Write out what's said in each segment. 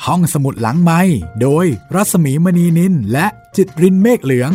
ห้องสมุดหลังไมค์โดยรัศมีมณีนินและจิตรินเมฆเหลือง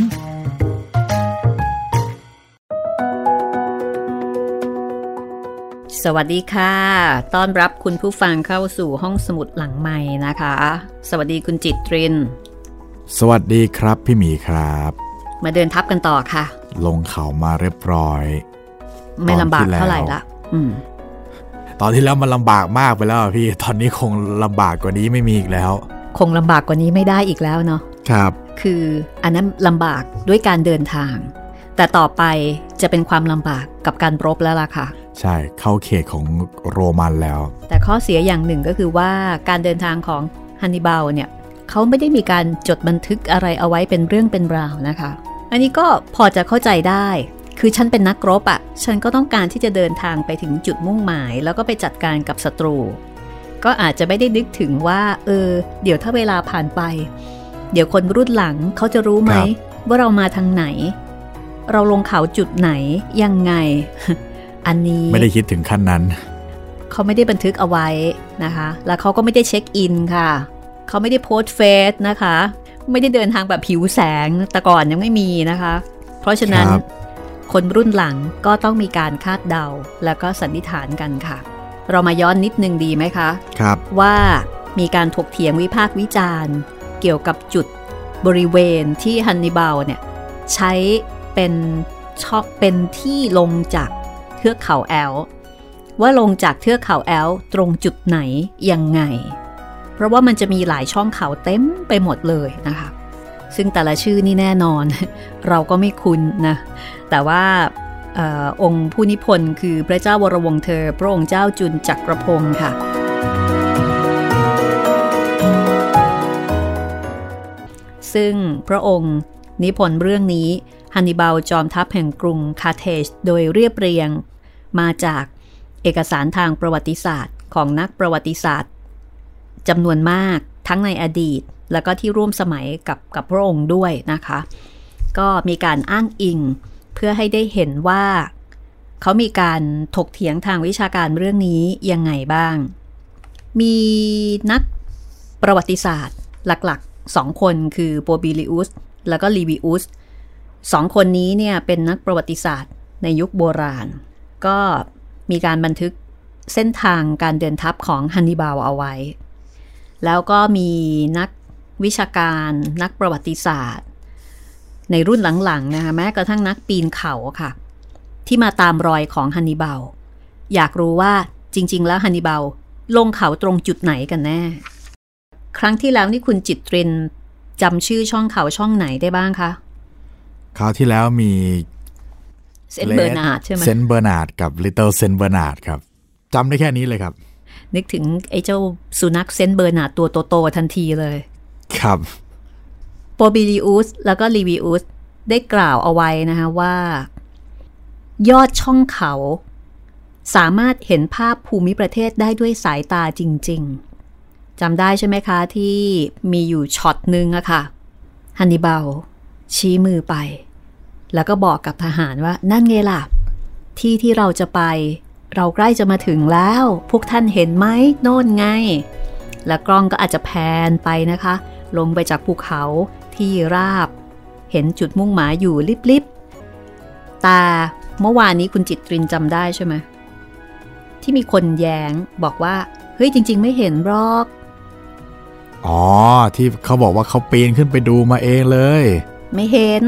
สวัสดีค่ะต้อนรับคุณผู้ฟังเข้าสู่ห้องสมุดหลังไมค์นะคะสวัสดีคุณจิตรินสวัสดีครับพี่หมีครับมาเดินทับกันต่อค่ะลงเขามาเรียบร้อยไม่ลำบากเท่าไหร่ละตอนที่แล้วมันลำบากมากไปแล้วพี่ตอนนี้คงลำบากกว่านี้ไม่มีอีกแล้วคงลำบากกว่านี้ไม่ได้อีกแล้วเนาะครับคืออันนั้นลำบากด้วยการเดินทางแต่ต่อไปจะเป็นความลำบากกับการรบแล้วล่ะค่ะใช่เข้าเขตของโรมันแล้วแต่ข้อเสียอย่างหนึ่งก็คือว่าการเดินทางของฮันนิบาลเนี่ยเขาไม่ได้มีการจดบันทึกอะไรเอาไว้เป็นเรื่องเป็นราวนะคะอันนี้ก็พอจะเข้าใจได้คือฉันเป็นนักรบอ่ะฉันก็ต้องการที่จะเดินทางไปถึงจุดมุ่งหมายแล้วก็ไปจัดการกับศัตรูก็อาจจะไม่ได้นึกถึงว่าเดี๋ยวถ้าเวลาผ่านไปเดี๋ยวคนรุ่นหลังเขาจะรู้ไหมว่าเรามาทางไหนเราลงเขาจุดไหนยังไงอันนี้ไม่ได้คิดถึงขั้นนั้นเขาไม่ได้บันทึกเอาไว้นะคะแล้วเขาก็ไม่ได้เช็คอินค่ะเขาไม่ได้โพสต์เฟซนะคะไม่ได้เดินทางแบบผิวแสงแต่ก่อนยังไม่มีนะคะเพราะฉะนั้นคนรุ่นหลังก็ต้องมีการคาดเดาแล้วก็สันนิษฐานกันค่ะเรามาย้อนนิดนึงดีไหมคะครับว่ามีการถกเถียงวิพากษ์วิจารณ์เกี่ยวกับจุดบริเวณที่ฮันนิบาลเนี่ยใช้เป็นที่ลงจากเทือกเขาแอลป์ว่าลงจากเทือกเขาแอลป์ตรงจุดไหนยังไงเพราะว่ามันจะมีหลายช่องเขาเต็มไปหมดเลยนะคะซึ่งแต่ละชื่อนี่แน่นอนเราก็ไม่คุ้นนะแต่ว่าองค์ผู้นิพนธ์คือพระเจ้าวรวงศ์เธอพระองค์เจ้าจุนจักรพงศ์ค่ะซึ่งพระองค์นิพนธ์เรื่องนี้ฮันนิบาลจอมทัพแห่งกรุงคาร์เทจโดยเรียบเรียงมาจากเอกสารทางประวัติศาสตร์ของนักประวัติศาสตร์จำนวนมากทั้งในอดีตแล้วก็ที่ร่วมสมัยกับพระองค์ด้วยนะคะก็มีการอ้างอิงเพื่อให้ได้เห็นว่าเขามีการถกเถียงทางวิชาการเรื่องนี้ยังไงบ้างมีนักประวัติศาสตร์หลักๆ2คนคือโปบิลิอุสแล้วก็ลีวิอุส2คนนี้เนี่ยเป็นนักประวัติศาสตร์ในยุคโบราณก็มีการบันทึกเส้นทางการเดินทัพของฮันนิบาลเอาไว้แล้วก็มีนักวิชาการนักประวัติศาสตร์ในรุ่นหลังๆนะคะแม้กระทั่งนักปีนเขาค่ะที่มาตามรอยของฮันนิบาลอยากรู้ว่าจริงๆแล้วฮันนิบาลลงเขาตรงจุดไหนกันแน่ครั้งที่แล้วนี่คุณจิตรินจำชื่อช่องเขาช่องไหนได้บ้างคะคราวที่แล้วมีเซนต์เบอร์นาร์ดใช่ไหมเซนต์เบอร์นาร์ดกับลิตเติ้ลเซนต์เบอร์นาร์ดครับจำได้แค่นี้เลยครับนึกถึงไอ้เจ้าสุนัขเซนต์เบอร์นาร์ดตัวโตๆทันทีเลยครับโปบิลิอุสแล้วก็ลีวิอุสได้กล่าวเอาไว้นะคะว่ายอดช่องเขาสามารถเห็นภาพภูมิประเทศได้ด้วยสายตาจริงๆจำได้ใช่ไหมคะที่มีอยู่ช็อตนึงอะค่ะฮันนิบาลชี้มือไปแล้วก็บอกกับทหารว่านั่นไงล่ะที่เราจะไปเราใกล้จะมาถึงแล้วพวกท่านเห็นไหมโน่นไงและกล้องก็อาจจะแพนไปนะคะลงไปจากภูเขาที่ราบเห็นจุดมุ่งหมายอยู่ลิบๆแต่เมื่อวานนี้คุณจิตรินจำได้ใช่ไหมที่มีคนแย้งบอกว่าเฮ้ยจริงๆไม่เห็นหรอกอ๋อที่เขาบอกว่าเขาปีนขึ้นไปดูมาเองเลยไม่เห็น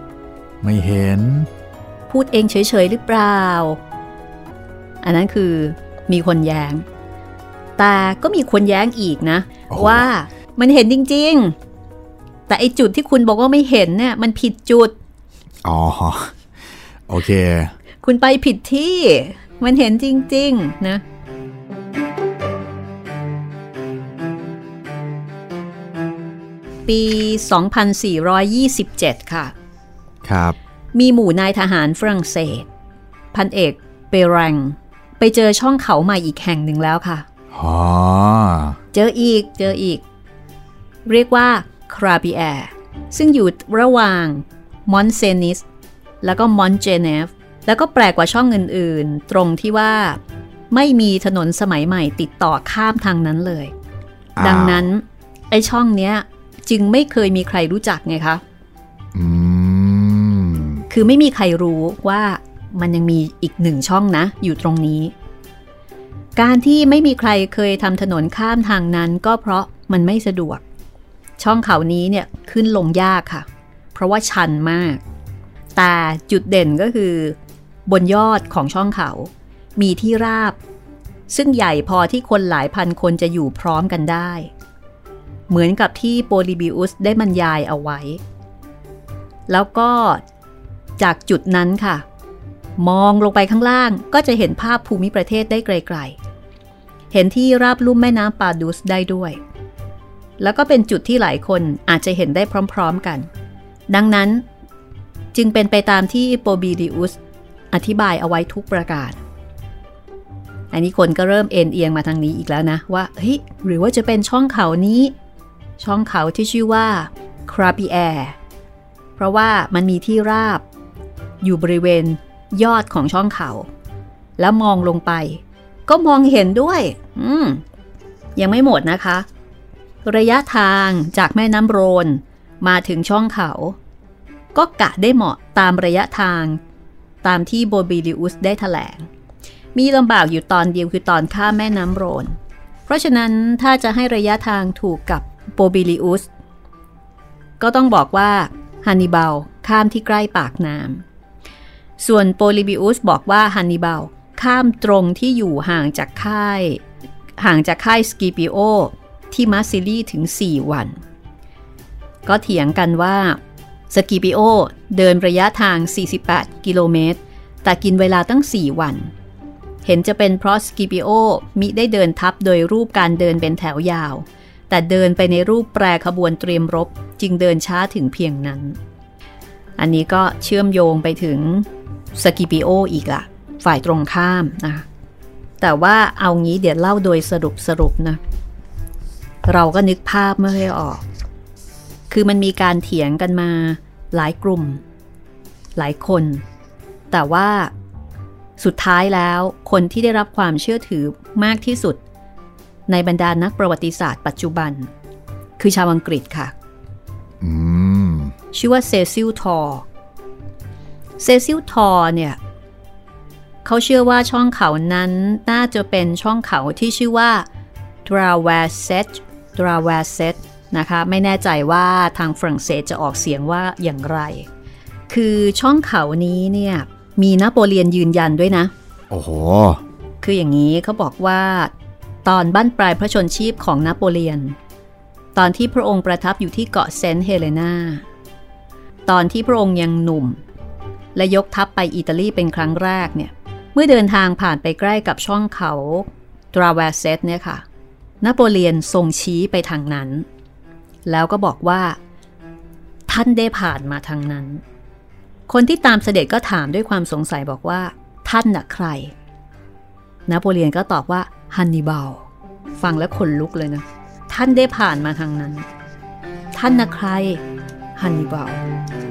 พูดเองเฉยๆหรือเปล่าอันนั้นคือมีคนแย้งแต่ก็มีคนแย้งอีกนะว่ามันเห็นจริงๆแต่ไอจุดที่คุณบอกว่าไม่เห็นเนี่ยมันผิดจุดอ๋อโอเคคุณไปผิดที่มันเห็นจริงๆนะปี 2427 ค่ะครับมีหมู่นายทหารฝรั่งเศสพันเอกเปรังไปเจอช่องเขาใหม่อีกแห่งหนึ่งแล้วค่ะเจออีกเรียกว่าคราบิแอร์ซึ่งอยู่ระหว่างมอนเซนิสแล้วก็มอนเจเนฟแล้วก็แปลกกว่าช่องอื่นๆตรงที่ว่าไม่มีถนนสมัยใหม่ติดต่อข้ามทางนั้นเลยดังนั้นไอ้ช่องเนี้ยจึงไม่เคยมีใครรู้จักไงคะคือไม่มีใครรู้ว่ามันยังมีอีก1ช่องนะอยู่ตรงนี้การที่ไม่มีใครเคยทำถนนข้ามทางนั้นก็เพราะมันไม่สะดวกช่องเขานี้เนี่ยขึ้นลงยากค่ะเพราะว่าชันมากแต่จุดเด่นก็คือบนยอดของช่องเขามีที่ราบซึ่งใหญ่พอที่คนหลายพันคนจะอยู่พร้อมกันได้เหมือนกับที่โปลิบิอุสได้บรรยายเอาไว้แล้วก็จากจุดนั้นค่ะมองลงไปข้างล่างก็จะเห็นภาพภูมิประเทศได้ไกลๆเห็นที่ราบลุ่มแม่น้ำปาดูสได้ด้วยแล้วก็เป็นจุดที่หลายคนอาจจะเห็นได้พร้อมๆกันดังนั้นจึงเป็นไปตามที่โปบิลิอุสอธิบายเอาไว้ทุกประการอันนี้คนก็เริ่มเอ็นเอียงมาทางนี้อีกแล้วนะว่าเฮ้ยหรือว่าจะเป็นช่องเขานี้ช่องเขาที่ชื่อว่าคราปิแอร์เพราะว่ามันมีที่ราบอยู่บริเวณยอดของช่องเขาแล้วมองลงไปก็มองเห็นด้วยยังไม่หมดนะคะระยะทางจากแม่น้ำโรนมาถึงช่องเขาก็กะได้เหมาะตามระยะทางตามที่โบบิลิอุสได้แถลงมีลำบากอยู่ตอนเดียวคือตอนข้ามแม่น้ำโรนเพราะฉะนั้นถ้าจะให้ระยะทางถูกกับโบบิลิอุสก็ต้องบอกว่าฮันนิบาลข้ามที่ใกล้ปากน้ำส่วนโปลิบิอุสบอกว่าฮันนิบาลข้ามตรงที่อยู่ห่างจากค่ายสกิปิโอที่มาซิลีถึง4วันก็เถียงกันว่าสกิปิโอเดินระยะทาง48กิโลเมตรแต่กินเวลาตั้ง4วันเห็นจะเป็นเพราะสกิปิโอมิได้เดินทับโดยรูปการเดินเป็นแถวยาวแต่เดินไปในรูปแปรขบวนเตรียมรบจึงเดินช้าถึงเพียงนั้นอันนี้ก็เชื่อมโยงไปถึงสกิปิโออีกละฝ่ายตรงข้ามนะแต่ว่าเอางี้เดี๋ยวเล่าโดยสรุปนะเราก็นึกภาพไม่ค่อยออกคือมันมีการเถียงกันมาหลายกลุ่มหลายคนแต่ว่าสุดท้ายแล้วคนที่ได้รับความเชื่อถือมากที่สุดในบรรดานักประวัติศาสตร์ปัจจุบันคือชาวอังกฤษค่ะชื่อว่าเซซิลทอร์เนี่ยเขาเชื่อว่าช่องเขานั้นน่าจะเป็นช่องเขาที่ชื่อว่าทราเวเซตนะคะไม่แน่ใจว่าทางฝรั่งเศสจะออกเสียงว่าอย่างไรคือช่องเขานี้เนี่ยมีนโปเลียนยืนยันด้วยนะโอ้โหคืออย่างนี้เขาบอกว่าตอนบั้นปลายพระชนชีพของนโปเลียนตอนที่พระองค์ประทับอยู่ที่เกาะเซนต์เฮเลนาตอนที่พระองค์ยังหนุ่มและยกทัพไปอิตาลีเป็นครั้งแรกเนี่ยเมื่อเดินทางผ่านไปใกล้กับช่องเขาทราเวเซตเนี่ยค่ะนโปเลียนทรงชี้ไปทางนั้นแล้วก็บอกว่าท่านได้ผ่านมาทางนั้นคนที่ตามเสด็จก็ถามด้วยความสงสัยบอกว่าท่านน่ะใครนโปเลียนก็ตอบว่าฮันนิบาลฟังแล้วขนลุกเลยนะท่านได้ผ่านมาทางนั้นท่านน่ะใครฮันนิบาล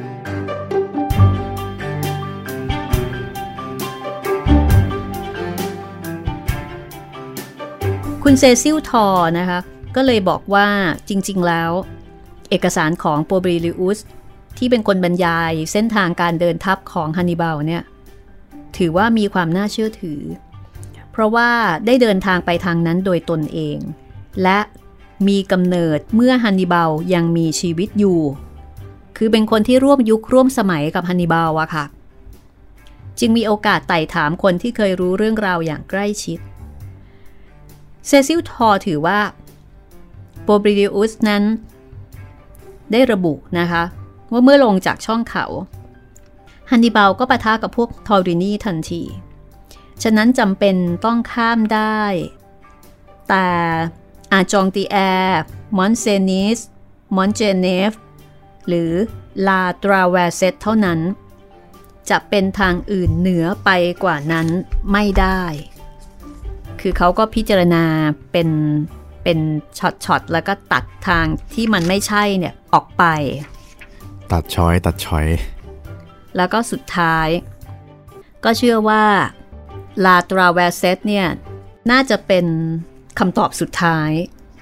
คุณเซซิลทอร์นะคะก็เลยบอกว่าจริงๆแล้วเอกสารของโปบิลิอุสที่เป็นคนบรรยายเส้นทางการเดินทัพของฮันนิบาลเนี่ยถือว่ามีความน่าเชื่อถือเพราะว่าได้เดินทางไปทางนั้นโดยตนเองและมีกำเนิดเมื่อฮันนิบาลยังมีชีวิตอยู่คือเป็นคนที่ร่วมยุคร่วมสมัยกับฮันนิบาลอะค่ะจึงมีโอกาสไต่ถามคนที่เคยรู้เรื่องราวอย่างใกล้ชิดเซซิลทอร์ถือว่าโปบิลิอุสนั้นได้ระบุนะคะว่าเมื่อลงจากช่องเขาฮันนิบาลก็ปะทะกับพวกทอรินีทันทีฉะนั้นจำเป็นต้องข้ามได้แต่อาจองติแอร์มอนเซนิสมอนเจเนฟหรือลาตราเวเซตเท่านั้นจะเป็นทางอื่นเหนือไปกว่านั้นไม่ได้คือเขาก็พิจารณาเป็นช็อตๆแล้วก็ตัดทางที่มันไม่ใช่เนี่ยออกไปตัดช้อยแล้วก็สุดท้ายก็เชื่อว่าลาตราเวเซตเนี่ยน่าจะเป็นคำตอบสุดท้าย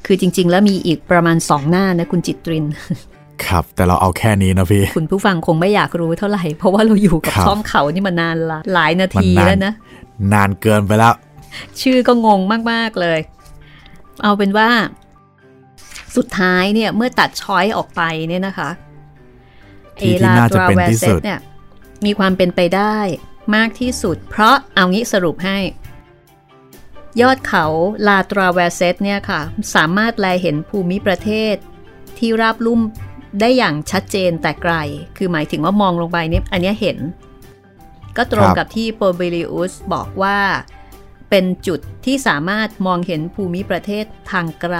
คือจริงๆแล้วมีอีกประมาณ2หน้านะคุณจิตรินครับแต่เราเอาแค่นี้นะพี่คุณผู้ฟังคงไม่อยากรู้เท่าไหร่เพราะว่าเราอยู่กับช่องเขานี่มานานละหลายนาทีแล้วนะนานเกินไปแล้วชื่อก็งงมากๆเลยเอาเป็นว่าสุดท้ายเนี่ยเมื่อตัดช้อยออกไปเนี่ยนะคะที่น่าจะเป็นที่สุดเนี่ยมีความเป็นไปได้มากที่สุดเพราะเอางี้สรุปให้ยอดเขาลาตราแวเซตเนี่ยค่ะสามารถแลเห็นภูมิประเทศที่ราบลุ่มได้อย่างชัดเจนแต่ไกลคือหมายถึงว่ามองลงไปเนี่ยอันนี้เห็นก็ตรงกับที่โปรบิลิอุสบอกว่าเป็นจุดที่สามารถมองเห็นภูมิประเทศทางไกล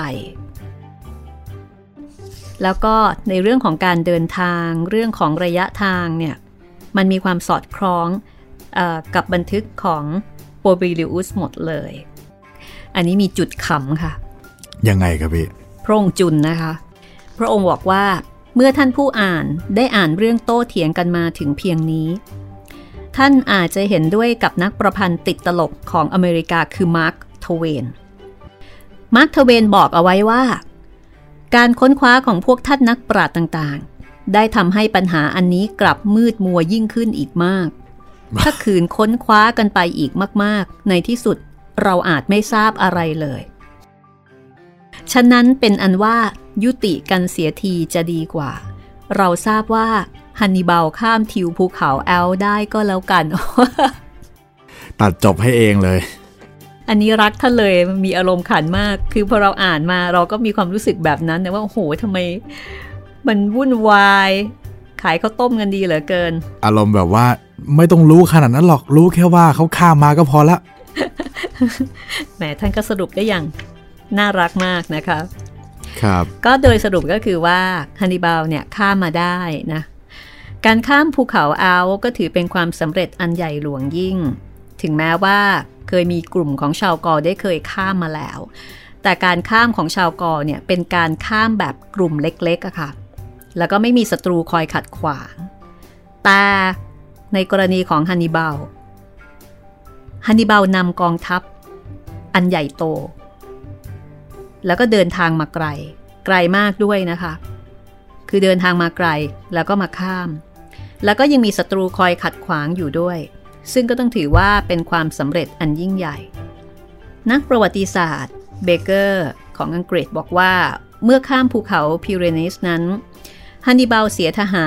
แล้วก็ในเรื่องของการเดินทางเรื่องของระยะทางเนี่ยมันมีความสอดคล้องกับบันทึกของโปรบิลิอุสหมดเลยอันนี้มีจุดขำค่ะยังไงครับพี่พระองค์จุนนะคะพระองค์บอกว่าเมื่อท่านผู้อ่านได้อ่านเรื่องโต้เถียงกันมาถึงเพียงนี้ท่านอาจจะเห็นด้วยกับนักประพันธ์ติดตลกของอเมริกาคือมาร์คทเวนบอกเอาไว้ว่าการค้นคว้าของพวกท่านนักปราชญ์ต่างๆได้ทำให้ปัญหาอันนี้กลับมืดมัวยิ่งขึ้นอีกมาก ถ้าขืนค้นคว้ากันไปอีกมากๆในที่สุดเราอาจไม่ทราบอะไรเลยฉะนั้นเป็นอันว่ายุติกันเสียทีจะดีกว่าเราทราบว่าฮันนิบาลข้ามทิวภูเขาแอลได้ก็แล้วกันตัดจบให้เองเลยอันนี้รักท่านเลยมีอารมณ์ขันมากคือพอเราอ่านมาเราก็มีความรู้สึกแบบนั้นนะว่าโอ้โหทำไมมันวุ่นวายขายข้าวต้มกันดีเหลือเกินอารมณ์แบบว่าไม่ต้องรู้ขนาดนั้นหรอกรู้แค่ว่าเขาข้ามมาก็พอละแหมท่านก็สรุปได้อย่างน่ารักมากนะคะครับก็โดยสรุปก็คือว่าฮันนิบาลเนี่ยข้ามมาได้นะการข้ามภูเขาอัลป์ก็ถือเป็นความสำเร็จอันใหญ่หลวงยิ่งถึงแม้ว่าเคยมีกลุ่มของชาวกอร์ได้เคยข้ามมาแล้วแต่การข้ามของชาวกอร์เนี่ยเป็นการข้ามแบบกลุ่มเล็กๆอะค่ะแล้วก็ไม่มีศัตรูคอยขัดขวางแต่ในกรณีของฮันนิบาลนำกองทัพอันใหญ่โตแล้วก็เดินทางมาไกลมากด้วยนะคะคือเดินทางมาไกลแล้วก็มาข้ามแล้วก็ยังมีศัตรูคอยขัดขวางอยู่ด้วยซึ่งก็ต้องถือว่าเป็นความสำเร็จอันยิ่งใหญ่นักประวัติศาสตร์เบเกอร์ของอังกฤษบอกว่าเมื่อข้ามภูเขาพิเรนีสนั้นฮันนิบาลเสียทหาร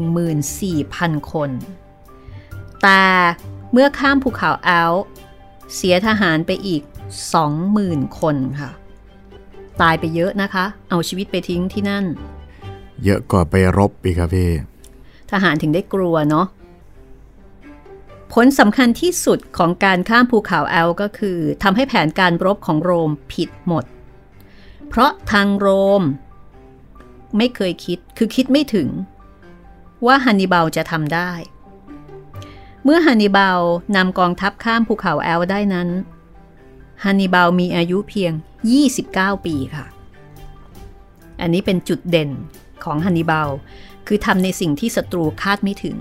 14,000 คนแต่เมื่อข้ามภูเขาอัลป์เสียทหารไปอีก 20,000 คนค่ะตายไปเยอะนะคะเอาชีวิตไปทิ้งที่นั่นเยอะกว่าไปรบอีกครับพี่ทหารถึงได้กลัวเนาะผลสำคัญที่สุดของการข้ามภูเขาแอลป์ก็คือทำให้แผนการรบของโรมผิดหมดเพราะทางโรมไม่เคยคิดไม่ถึงว่าฮันนิบาลจะทำได้เมื่อฮันนิบาลนำกองทัพข้ามภูเขาแอลป์ได้นั้นฮันนิบาลมีอายุเพียง29 ปีค่ะอันนี้เป็นจุดเด่นของฮันนิบาลคือทำในสิ่งที่ศัตรูคาดไม่ถึง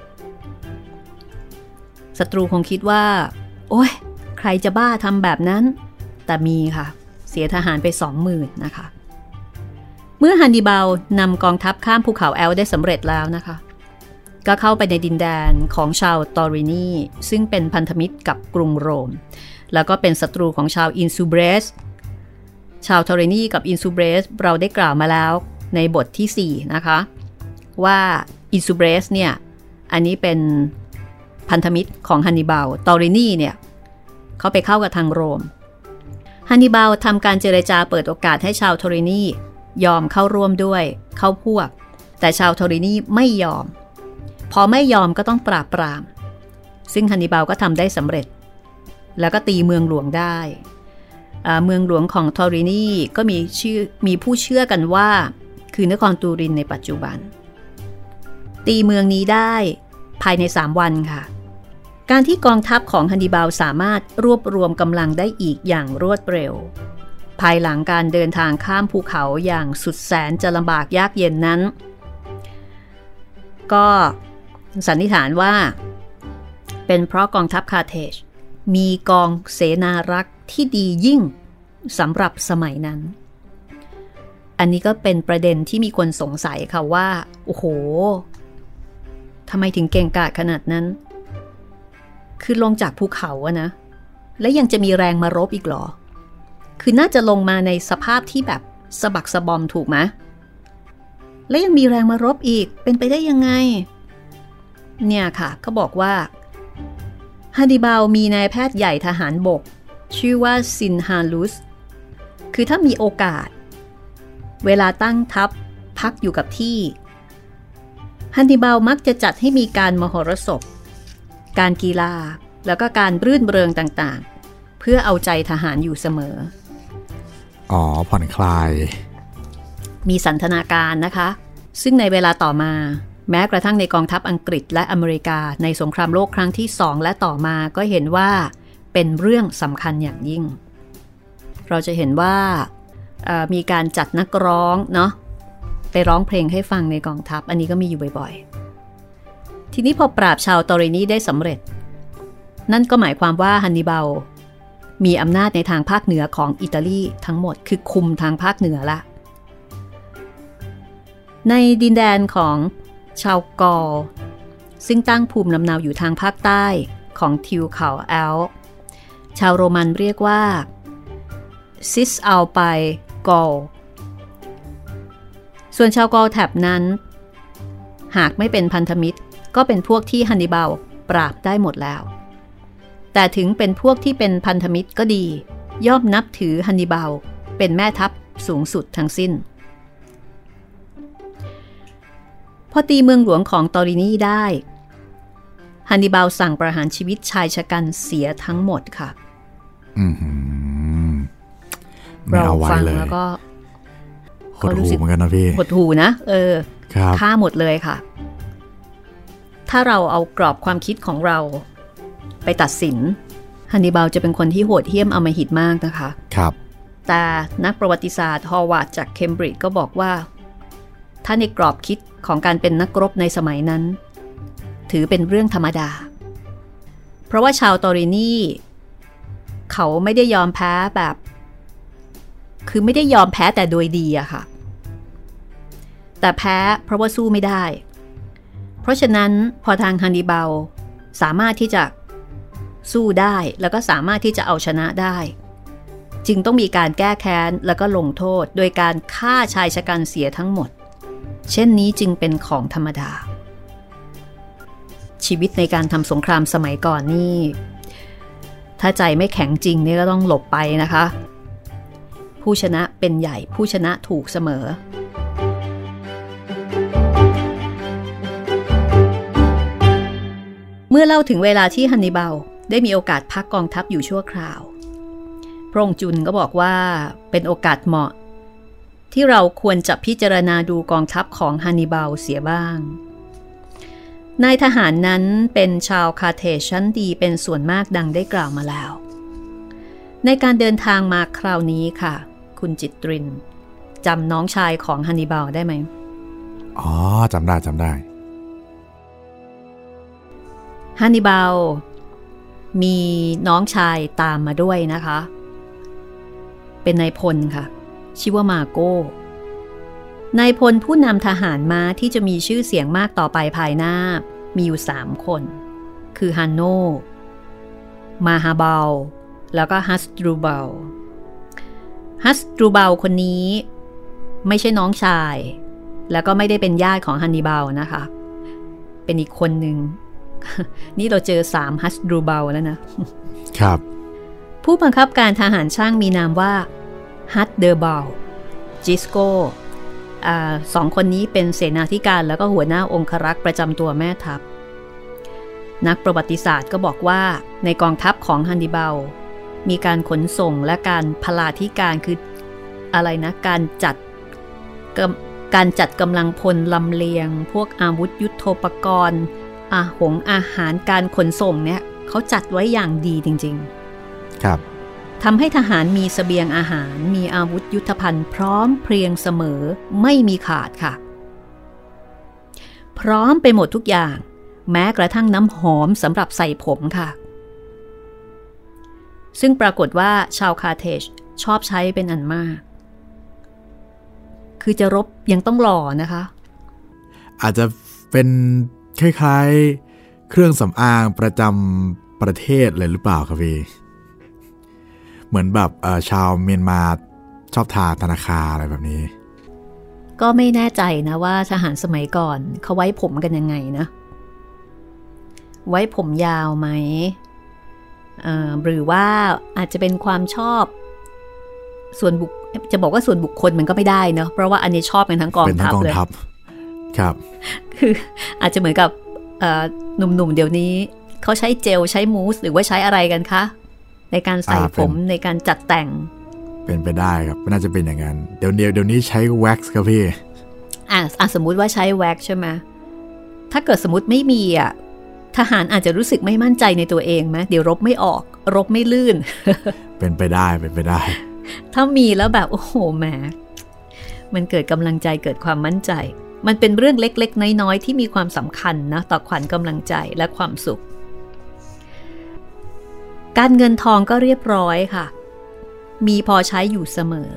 ศัตรูคงคิดว่าโอ๊ยใครจะบ้าทำแบบนั้นแต่มีค่ะเสียทหารไป 20,000 นะคะเมื่อฮันนิบาลนำกองทัพข้ามภูเขาแอลป์ได้สำเร็จแล้วนะคะก็เข้าไปในดินแดนของชาวตอรินีซึ่งเป็นพันธมิตรกับกรุงโรมแล้วก็เป็นศัตรูของชาวอินซูเบรสชาวทอรินีกับอินซูเบรสเราได้กล่าวมาแล้วในบทที่4นะคะว่าอินซูเบรสเนี่ยอันนี้เป็นพันธมิตรของฮันนิบาลตอรินีเนี่ยเขาไปเข้ากับทางโรมฮันนิบาลทำการเจรจาเปิดโอกาสให้ชาวทอรินียอมเข้าร่วมด้วยเข้าพวกแต่ชาวทอรินีไม่ยอมพอไม่ยอมก็ต้องปราบปรามซึ่งฮันนิบาลก็ทำได้สำเร็จแล้วก็ตีเมืองหลวงได้เมืองหลวงของทอรินีก็มีผู้เชื่อกันว่าคือนครตูรินในปัจจุบันตีเมืองนี้ได้ภายใน3 วันค่ะการที่กองทัพของฮันนิบาลสามารถรวบรวมกำลังได้อีกอย่างรวดเร็วภายหลังการเดินทางข้ามภูเขาอย่างสุดแสนจะลำบากยากเย็นนั้นก็สันนิษฐานว่าเป็นเพราะกองทัพคาร์เทจมีกองเสนารักษ์ที่ดียิ่งสำหรับสมัยนั้นอันนี้ก็เป็นประเด็นที่มีคนสงสัยค่ะว่าโอ้โหทำไมถึงเก่งกาจขนาดนั้นคือลงจากภูเขาอะนะและยังจะมีแรงมารบอีกหรอคือน่าจะลงมาในสภาพที่แบบสะบักสะบอมถูกไหมและยังมีแรงมารบอีกเป็นไปได้ยังไงเนี่ยค่ะเขาบอกว่าฮันนิบาลมีนายแพทย์ใหญ่ทหารบกชื่อว่าซินฮาลุสคือถ้ามีโอกาสเวลาตั้งทัพพักอยู่กับที่ฮันนิบาลมักจะจัดให้มีการมหรสพการกีฬาแล้วก็การรื่นเริงต่างๆเพื่อเอาใจทหารอยู่เสมออ๋อผ่อนคลายมีสันทนาการนะคะซึ่งในเวลาต่อมาแม้กระทั่งในกองทัพอังกฤษและอเมริกาในสงครามโลกครั้งที่2และต่อมาก็เห็นว่าเป็นเรื่องสำคัญอย่างยิ่งเราจะเห็นว่ามีการจัดนักร้องเนาะไปร้องเพลงให้ฟังในกองทัพอันนี้ก็มีอยู่บ่อยๆทีนี้พอปราบชาวตอรินีได้สำเร็จนั่นก็หมายความว่าฮันนิบาลมีอำนาจในทางภาคเหนือของอิตาลีทั้งหมดคือคุมทางภาคเหนือละในดินแดนของชาวกอลซึ่งตั้งภูมิลำเนาอยู่ทางภาคใต้ของทิวเขาแอลป์ชาวโรมันเรียกว่าซิสอัลไปกอลส่วนชาวกอลแถบนั้นหากไม่เป็นพันธมิตรก็เป็นพวกที่ฮันนิบาลปราบได้หมดแล้วแต่ถึงเป็นพวกที่เป็นพันธมิตรก็ดีย่อมนับถือฮันนิบาลเป็นแม่ทัพสูงสุดทั้งสิ้นพอตีเมืองหลวงของตอรินีได้ฮันนิบาลสั่งประหารชีวิตชายชะกันเสียทั้งหมดค่ะไม่เอาไว้เลยแล้วก็หดหูเหมือนกันนะพี่หดหูนะฆ่าหมดเลยค่ะถ้าเราเอากรอบความคิดของเราไปตัดสินฮันนิบาลจะเป็นคนที่โหดเหี้ยมอำมหิตมากนะคะครับแต่นักประวัติศาสตร์ฮอวาร์ดจากเคมบริดจ์ก็บอกว่าถ้าในกรอบคิดของการเป็นนักรบในสมัยนั้นถือเป็นเรื่องธรรมดาเพราะว่าชาวตอรินีเขาไม่ได้ยอมแพ้แบบคือไม่ได้ยอมแพ้แต่โดยดีอะค่ะแต่แพ้เพราะว่าสู้ไม่ได้เพราะฉะนั้นพอทางฮันนิบาลสามารถที่จะสู้ได้แล้วก็สามารถที่จะเอาชนะได้จึงต้องมีการแก้แค้นแล้วก็ลงโทษโดยการฆ่าชายชะกันเสียทั้งหมดเช่นนี้จึงเป็นของธรรมดาชีวิตในการทำสงครามสมัยก่อนนี่ถ้าใจไม่แข็งจริงนี่ก็ต้องหลบไปนะคะผู้ชนะเป็นใหญ่ผู้ชนะถูกเสมอเมื่อเล่าถึงเวลาที่ฮันนิบาลได้มีโอกาสพักกองทัพอยู่ชั่วคราวพระองค์จุนก็บอกว่าเป็นโอกาสเหมาะที่เราควรจะพิจารณาดูกองทัพของฮันนิบาลเสียบ้างนายทหารนั้นเป็นชาวคาร์เทจชั้นดีเป็นส่วนมากดังได้กล่าวมาแล้วในการเดินทางมาคราวนี้ค่ะคุณจิตรินจำน้องชายของฮันนิบาลได้ไหมอ๋อจำได้ฮันนิบาลมีน้องชายตามมาด้วยนะคะเป็นนายพลค่ะชื่อว่ามาโก้นายพลผู้นำทหารม้าที่จะมีชื่อเสียงมากต่อไปภายหน้ามีอยู่3คนคือฮันโนมาฮาบาลแล้วก็ฮัสดรูบาลคนนี้ไม่ใช่น้องชายแล้วก็ไม่ได้เป็นญาติของฮันนิบาลนะคะเป็นอีกคนหนึ่งนี่เราเจอ3ฮัสดรูบาลแล้วนะครับผู้บังคับการทหารช่างมีนามว่าฮัตเดอร์บาลจิสโก2 คนนี้เป็นเสนาธิการแล้วก็หัวหน้าองครักษ์ประจำตัวแม่ทัพนักประวัติศาสตร์ก็บอกว่าในกองทัพของฮันนิบาลมีการขนส่งและการพลาธิการคืออะไรนะการจัดกำลังพลลำเลียงพวกอาวุธยุทโธปกรณ์อาหารการขนส่งเนี่ยเขาจัดไว้อย่างดีจริงๆครับทำให้ทหารมีเสบียงอาหารมีอาวุธยุทโธภัณฑ์พร้อมเพรียงเสมอไม่มีขาดค่ะพร้อมไปหมดทุกอย่างแม้กระทั่งน้ำหอมสำหรับใส่ผมค่ะซึ่งปรากฏว่าชาวคาร์เทจชอบใช้เป็นอันมากคือจะรบยังต้องหล่อนะคะอาจจะเป็นคล้ายๆเครื่องสำอางประจำประเทศเลยหรือเปล่าครับพี่เหมือนแบบชาวเมียนมาชอบทาธนาคารอะไรแบบนี้ก็ไม่แน่ใจนะว่าทหารสมัยก่อนเขาไว้ผมกันยังไงนะไว้ผมยาวไหมหรือว่าอาจจะเป็นความชอบส่วนบุคจะบอกว่าส่วนบุคคลมันก็ไม่ได้เนาะเพราะว่าอันนี้ชอบกันทั้งกองทัพเลยครับคืออาจจะเหมือนกับหนุ่มๆเดี๋ยวนี้เขาใช้เจลใช้มูสหรือว่าใช้อะไรกันคะในการใส่ผมในการจัดแต่งเป็นไปได้ครับน่าจะเป็นอย่างนั้นเดี๋ยวนี้ใช้แว็กซ์ครับพี่สมมุติว่าใช้แว็กซ์ใช่ไหมถ้าเกิดสมมติไม่มีทหารอาจจะรู้สึกไม่มั่นใจในตัวเองไหมเดี๋ยวรบไม่ออกรบไม่ลื่นเป็นไปได้ถ้ามีแล้วแบบโอ้โหแหมมันเกิดกำลังใจเกิดความมั่นใจมันเป็นเรื่องเล็กๆน้อยๆที่มีความสำคัญนะต่อขวัญกำลังใจและความสุขการเงินทองก็เรียบร้อยค่ะมีพอใช้อยู่เสมอ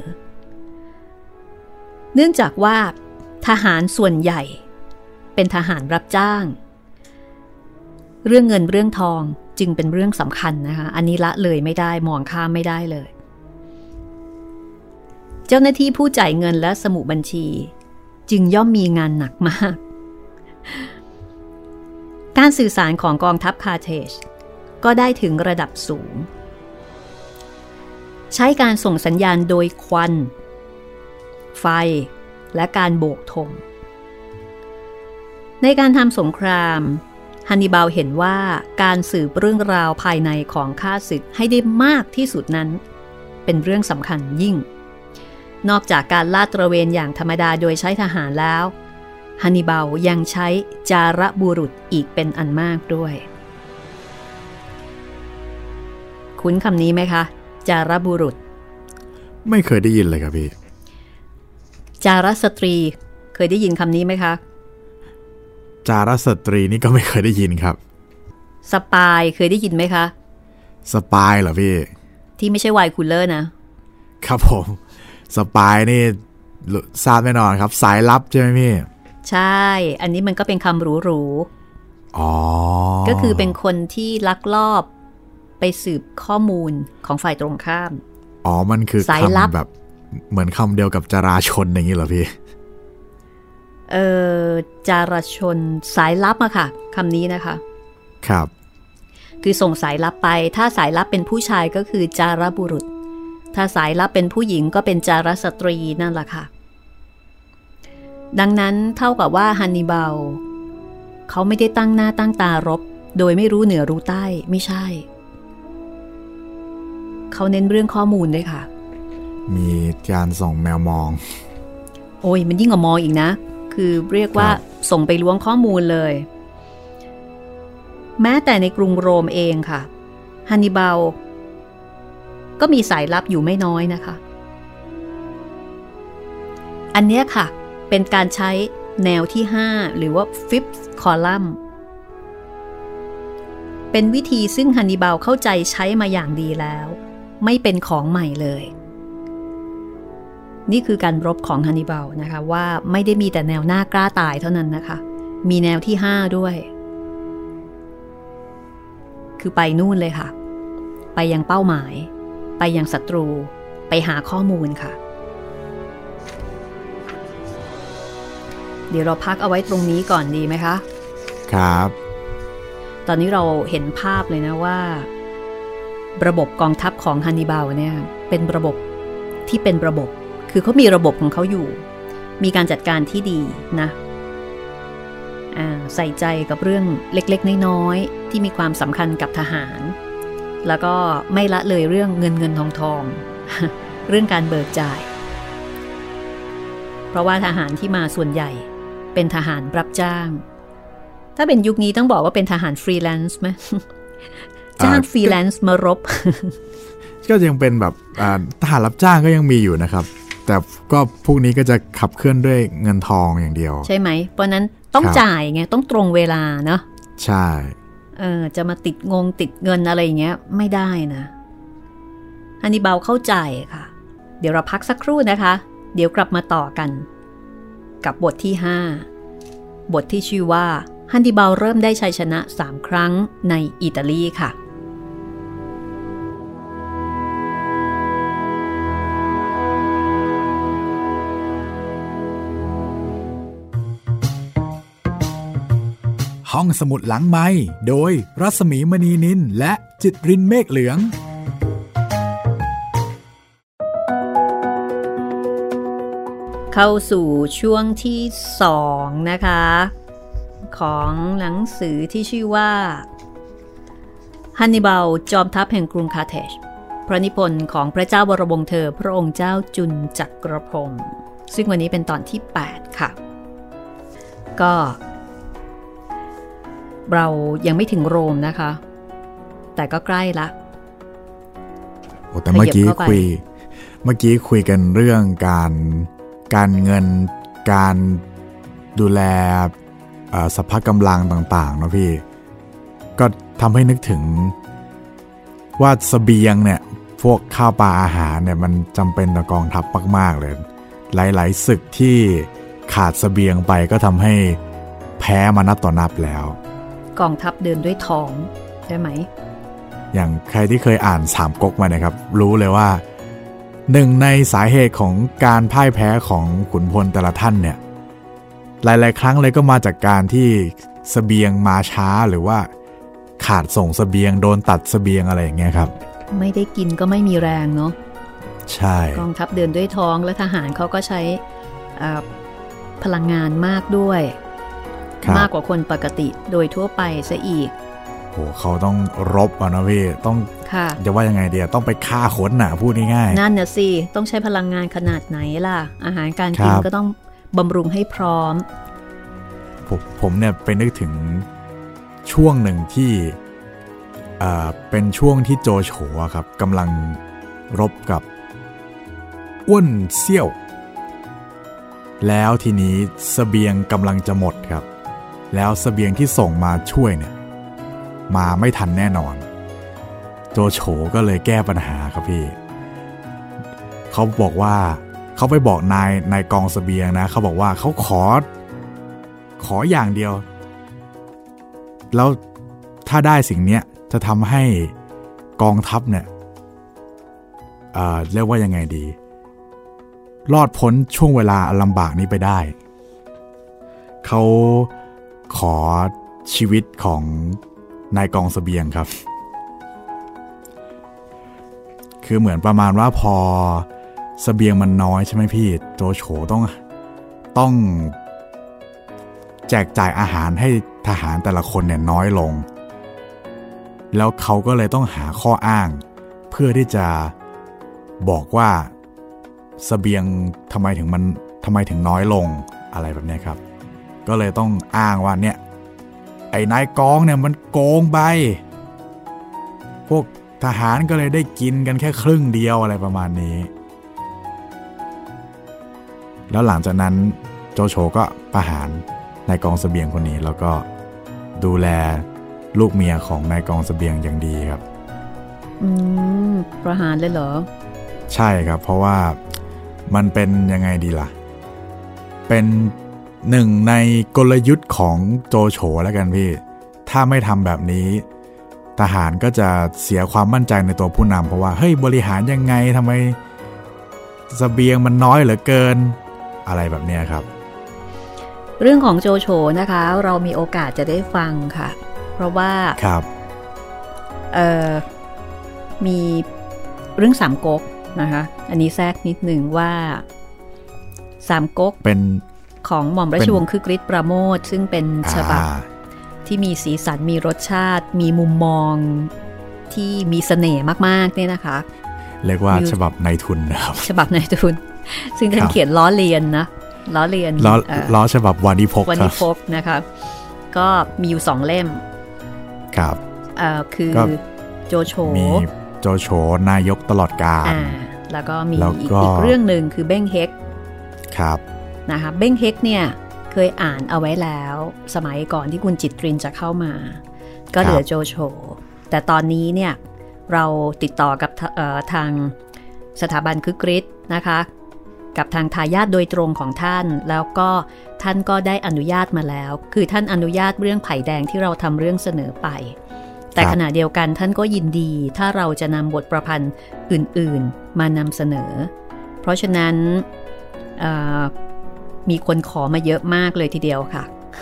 เนื่องจากว่าทหารส่วนใหญ่เป็นทหารรับจ้างเรื่องเงินเรื่องทองจึงเป็นเรื่องสำคัญนะคะอันนี้ละเลยไม่ได้มองข้ามไม่ได้เลยเจ้าหน้าที่ผู้จ่ายเงินและสมุดบัญชีจึงย่อมมีงานหนักมากการสื่อสารของกองทัพคาร์เทจก็ได้ถึงระดับสูงใช้การส่งสัญญาณโดยควันไฟและการโบกธงในการทำสงครามฮันนิบาลเห็นว่าการสืบเรื่องราวภายในของข้าศึกให้ได้มากที่สุดนั้นเป็นเรื่องสำคัญยิ่งนอกจากการลาดตระเวนอย่างธรรมดาโดยใช้ทหารแล้วฮันนิบาลยังใช้จารบุรุษอีกเป็นอันมากด้วยคุ้นคำนี้ไหมคะจารบุรุษไม่เคยได้ยินเลยครับพี่จารสตรีเคยได้ยินคำนี้ไหมคะจารสตรีนี่ก็ไม่เคยได้ยินครับสปายเคยได้ยินไหมคะสปายเหรอพี่ที่ไม่ใช่ไวน์คูลเลอร์นะครับผมสปายนี่ทราบแน่นอนครับสายลับใช่ไหมพี่ใช่อันนี้มันก็เป็นคำหรูๆอ๋อก็คือเป็นคนที่ลักลอบไปสืบข้อมูลของฝ่ายตรงข้ามอ๋อมันคือคำแบบเหมือนคำเดียวกับจราชนอย่างนี้เหรอพี่จาราชนสายลับอะค่ะคำนี้นะคะครับคือส่งสายลับไปถ้าสายลับเป็นผู้ชายก็คือจารบุรุษถ้าสายลับเป็นผู้หญิงก็เป็นจารสตรีนั่นแหละค่ะดังนั้นเท่ากับว่าฮันนิบาลเขาไม่ได้ตั้งหน้าตั้งตารบโดยไม่รู้เหนือรู้ใต้ไม่ใช่เขาเน้นเรื่องข้อมูลด้วยค่ะมีการส่งแมวมองโอ้ยมันยิ่งกว่ามองอีกนะคือเรียกว่าส่งไปล้วงข้อมูลเลยแม้แต่ในกรุงโรมเองค่ะฮันนิบาลก็มีสายลับอยู่ไม่น้อยนะคะอันเนี้ยค่ะเป็นการใช้แนวที่5หรือว่า fifth column เป็นวิธีซึ่งฮันนิบาลเข้าใจใช้มาอย่างดีแล้วไม่เป็นของใหม่เลยนี่คือการรบของฮันนิบาลนะคะว่าไม่ได้มีแต่แนวหน้ากล้าตายเท่านั้นนะคะมีแนวที่5ด้วยคือไปนู่นเลยค่ะไปยังเป้าหมายไปยังศัตรูไปหาข้อมูลค่ะเดี๋ยวเราพักเอาไว้ตรงนี้ก่อนดีไหมคะครับตอนนี้เราเห็นภาพเลยนะว่าระบบกองทัพของฮันนิบาลเนี่ยเป็นระบบที่เป็นระบบคือเขามีระบบของเขาอยู่มีการจัดการที่ดีนะใส่ใจกับเรื่องเล็กๆน้อยๆที่มีความสำคัญกับทหารแล้วก็ไม่ละเลยเรื่องเงินทองเรื่องการเบิกจ่ายเพราะว่าทหารที่มาส่วนใหญ่เป็นทหารรับจ้างถ้าเป็นยุคนี้ต้องบอกว่าเป็นทหารฟรีแลนซ์ไหมจ้างฟรีแลนซ์มารบก็ยังเป็นแบบทหารรับจ้างก็ยังมีอยู่นะครับแต่ก็พวกนี้ก็จะขับเคลื่อนด้วยเงินทองอย่างเดียวใช่ไหมเพราะนั้นต้องจ่ายไงต้องตรงเวลาเนาะใช่จะมาติดเงินอะไรอย่างเงี้ยไม่ได้นะฮันนิบาลเข้าใจค่ะเดี๋ยวเราพักสักครู่นะคะเดี๋ยวกลับมาต่อกันกับบทที่ 5 บทที่ชื่อว่าฮันนิบาลเริ่มได้ชัยชนะ3ครั้งในอิตาลีค่ะห้องสมุดหลังไมค์โดยรัศมีมณีนินและจิตรินเมฆเหลืองเข้าสู่ช่วงที่2นะคะของหนังสือที่ชื่อว่าฮันนิบาลจอมทัพแห่งกรุงคาร์เทจพระนิพนธ์ของพระเจ้าวรวงศ์เธอพระองค์เจ้าจุนจักรพรรดิซึ่งวันนี้เป็นตอนที่8ค่ะก็เรายังไม่ถึงโรมนะคะแต่ก็ใกล้ละแต่เมื่อกี้คุยกันเรื่องการเงินการดูแลสภาพกำลังต่างๆเนาะพี่ก็ทำให้นึกถึงว่าเสบียงเนี่ยพวกข้าวปลาอาหารเนี่ยมันจำเป็นต่อกองทัพมากๆเลยหลายๆศึกที่ขาดเสบียงไปก็ทำให้แพ้มานับต่อนับแล้วกองทัพเดินด้วยท้องใช่ไหมอย่างใครที่เคยอ่านสามก๊กมานะครับรู้เลยว่าหนึ่งในสาเหตุของการพ่ายแพ้ของขุนพลแต่ละท่านเนี่ยหลายๆครั้งเลยก็มาจากการที่เสบียงมาช้าหรือว่าขาดส่งเสบียงโดนตัดเสบียงอะไรอย่างเงี้ยครับไม่ได้กินก็ไม่มีแรงเนาะใช่กองทัพเดินด้วยท้องและทหารเขาก็ใช้พลังงานมากด้วยมากกว่าคนปกติโดยทั่วไปซะอีกโหเขาต้องรบอ่ะนะพี่ต้องจะว่ายังไงเดียต้องไปฆ่าคนน่ะพูดง่ายๆนั่นน่ะสิต้องใช้พลังงานขนาดไหนล่ะอาหารการกินก็ต้องบำรุงให้พร้อมผมเนี่ยไปนึกถึงช่วงหนึ่งที่เป็นช่วงที่โจโฉครับกำลังรบกับอ้วนเซี่ยวแล้วทีนี้เสบียงกำลังจะหมดครับแล้วเสบียงที่ส่งมาช่วยเนี่ยมาไม่ทันแน่นอนโจโฉก็เลยแก้ปัญหาครับพี่เขาบอกว่าเขาไปบอกนายกองเสบียงนะเขาบอกว่าเขาขออย่างเดียวแล้วถ้าได้สิ่งนี้จะทำให้กองทัพเนี่ยเรียกว่ายังไงดีรอดพ้นช่วงเวลาลำบากนี้ไปได้เขาขอชีวิตของนายกองเสบียงครับคือเหมือนประมาณว่าพอเสบียงมันน้อยใช่ไหมพี่โจโฉต้องแจกจ่ายอาหารให้ทหารแต่ละคนเนี่ยน้อยลงแล้วเขาก็เลยต้องหาข้ออ้างเพื่อที่จะบอกว่าเสบียงทำไมถึงน้อยลงอะไรแบบนี้ครับก็เลยต้องอ้างว่าเนี่ยไอ้นายกองเนี่ยมันโกงไปพวกทหารก็เลยได้กินกันแค่ครึ่งเดียวอะไรประมาณนี้แล้วหลังจากนั้นโจโฉก็ประหารนายกองเสบียงคนนี้แล้วก็ดูแลลูกเมียของนายกองเสบียงอย่างดีครับประหารเลยเหรอใช่ครับเพราะว่ามันเป็นยังไงดีล่ะเป็นหนึ่งในกลยุทธ์ของโจโฉแล้วกันพี่ถ้าไม่ทำแบบนี้ทหารก็จะเสียความมั่นใจในตัวผู้นำเพราะว่าเฮ้ยบริหารยังไงทำไมเสบียงมันน้อยเหลือเกินอะไรแบบนี้ครับเรื่องของโจโฉนะคะเรามีโอกาสจะได้ฟังค่ะเพราะว่าครับมีเรื่องสามก๊กนะคะอันนี้แทรกนิดหนึ่งว่าสามก๊กเป็นของหม่อมราชวงศ์คึกฤทธิ์ปราโมชซึ่งเป็นฉบับที่มีสีสันมีรสชาติมีมุมมองที่มีเสน่ห์มากๆเนี่ยนะคะเรียกว่าฉบับนายทุนนะครับฉบับนายทุนซึ่งท่านเขียนล้อเลียนนะล้อเลียนล้อฉบับวานิพกนะคะก็มีอยู่2เล่มครับคือโจโฉมีโจโฉนายกตลอดกาลแล้วก็มีอีกเรื่องหนึ่งคือเบ้งเฮกครับนะคะเบ้งเฮกเนี่ยเคยอ่านเอาไว้แล้วสมัยก่อนที่คุณจิตรินจะเข้ามาก็เหลือโจโฉแต่ตอนนี้เนี่ยเราติดต่อกับทางสถาบันคึกฤทธิ์นะคะกับทางทายาทโดยตรงของท่านแล้วก็ท่านก็ได้อนุญาตมาแล้วคือท่านอนุญาตเรื่องไผ่แดงที่เราทำเรื่องเสนอไปแต่ขณะเดียวกันท่านก็ยินดีถ้าเราจะนำบทประพันธ์อื่นๆมานำเสนอเพราะฉะนั้นมีคนขอมาเยอะมากเลยทีเดียวค่ะ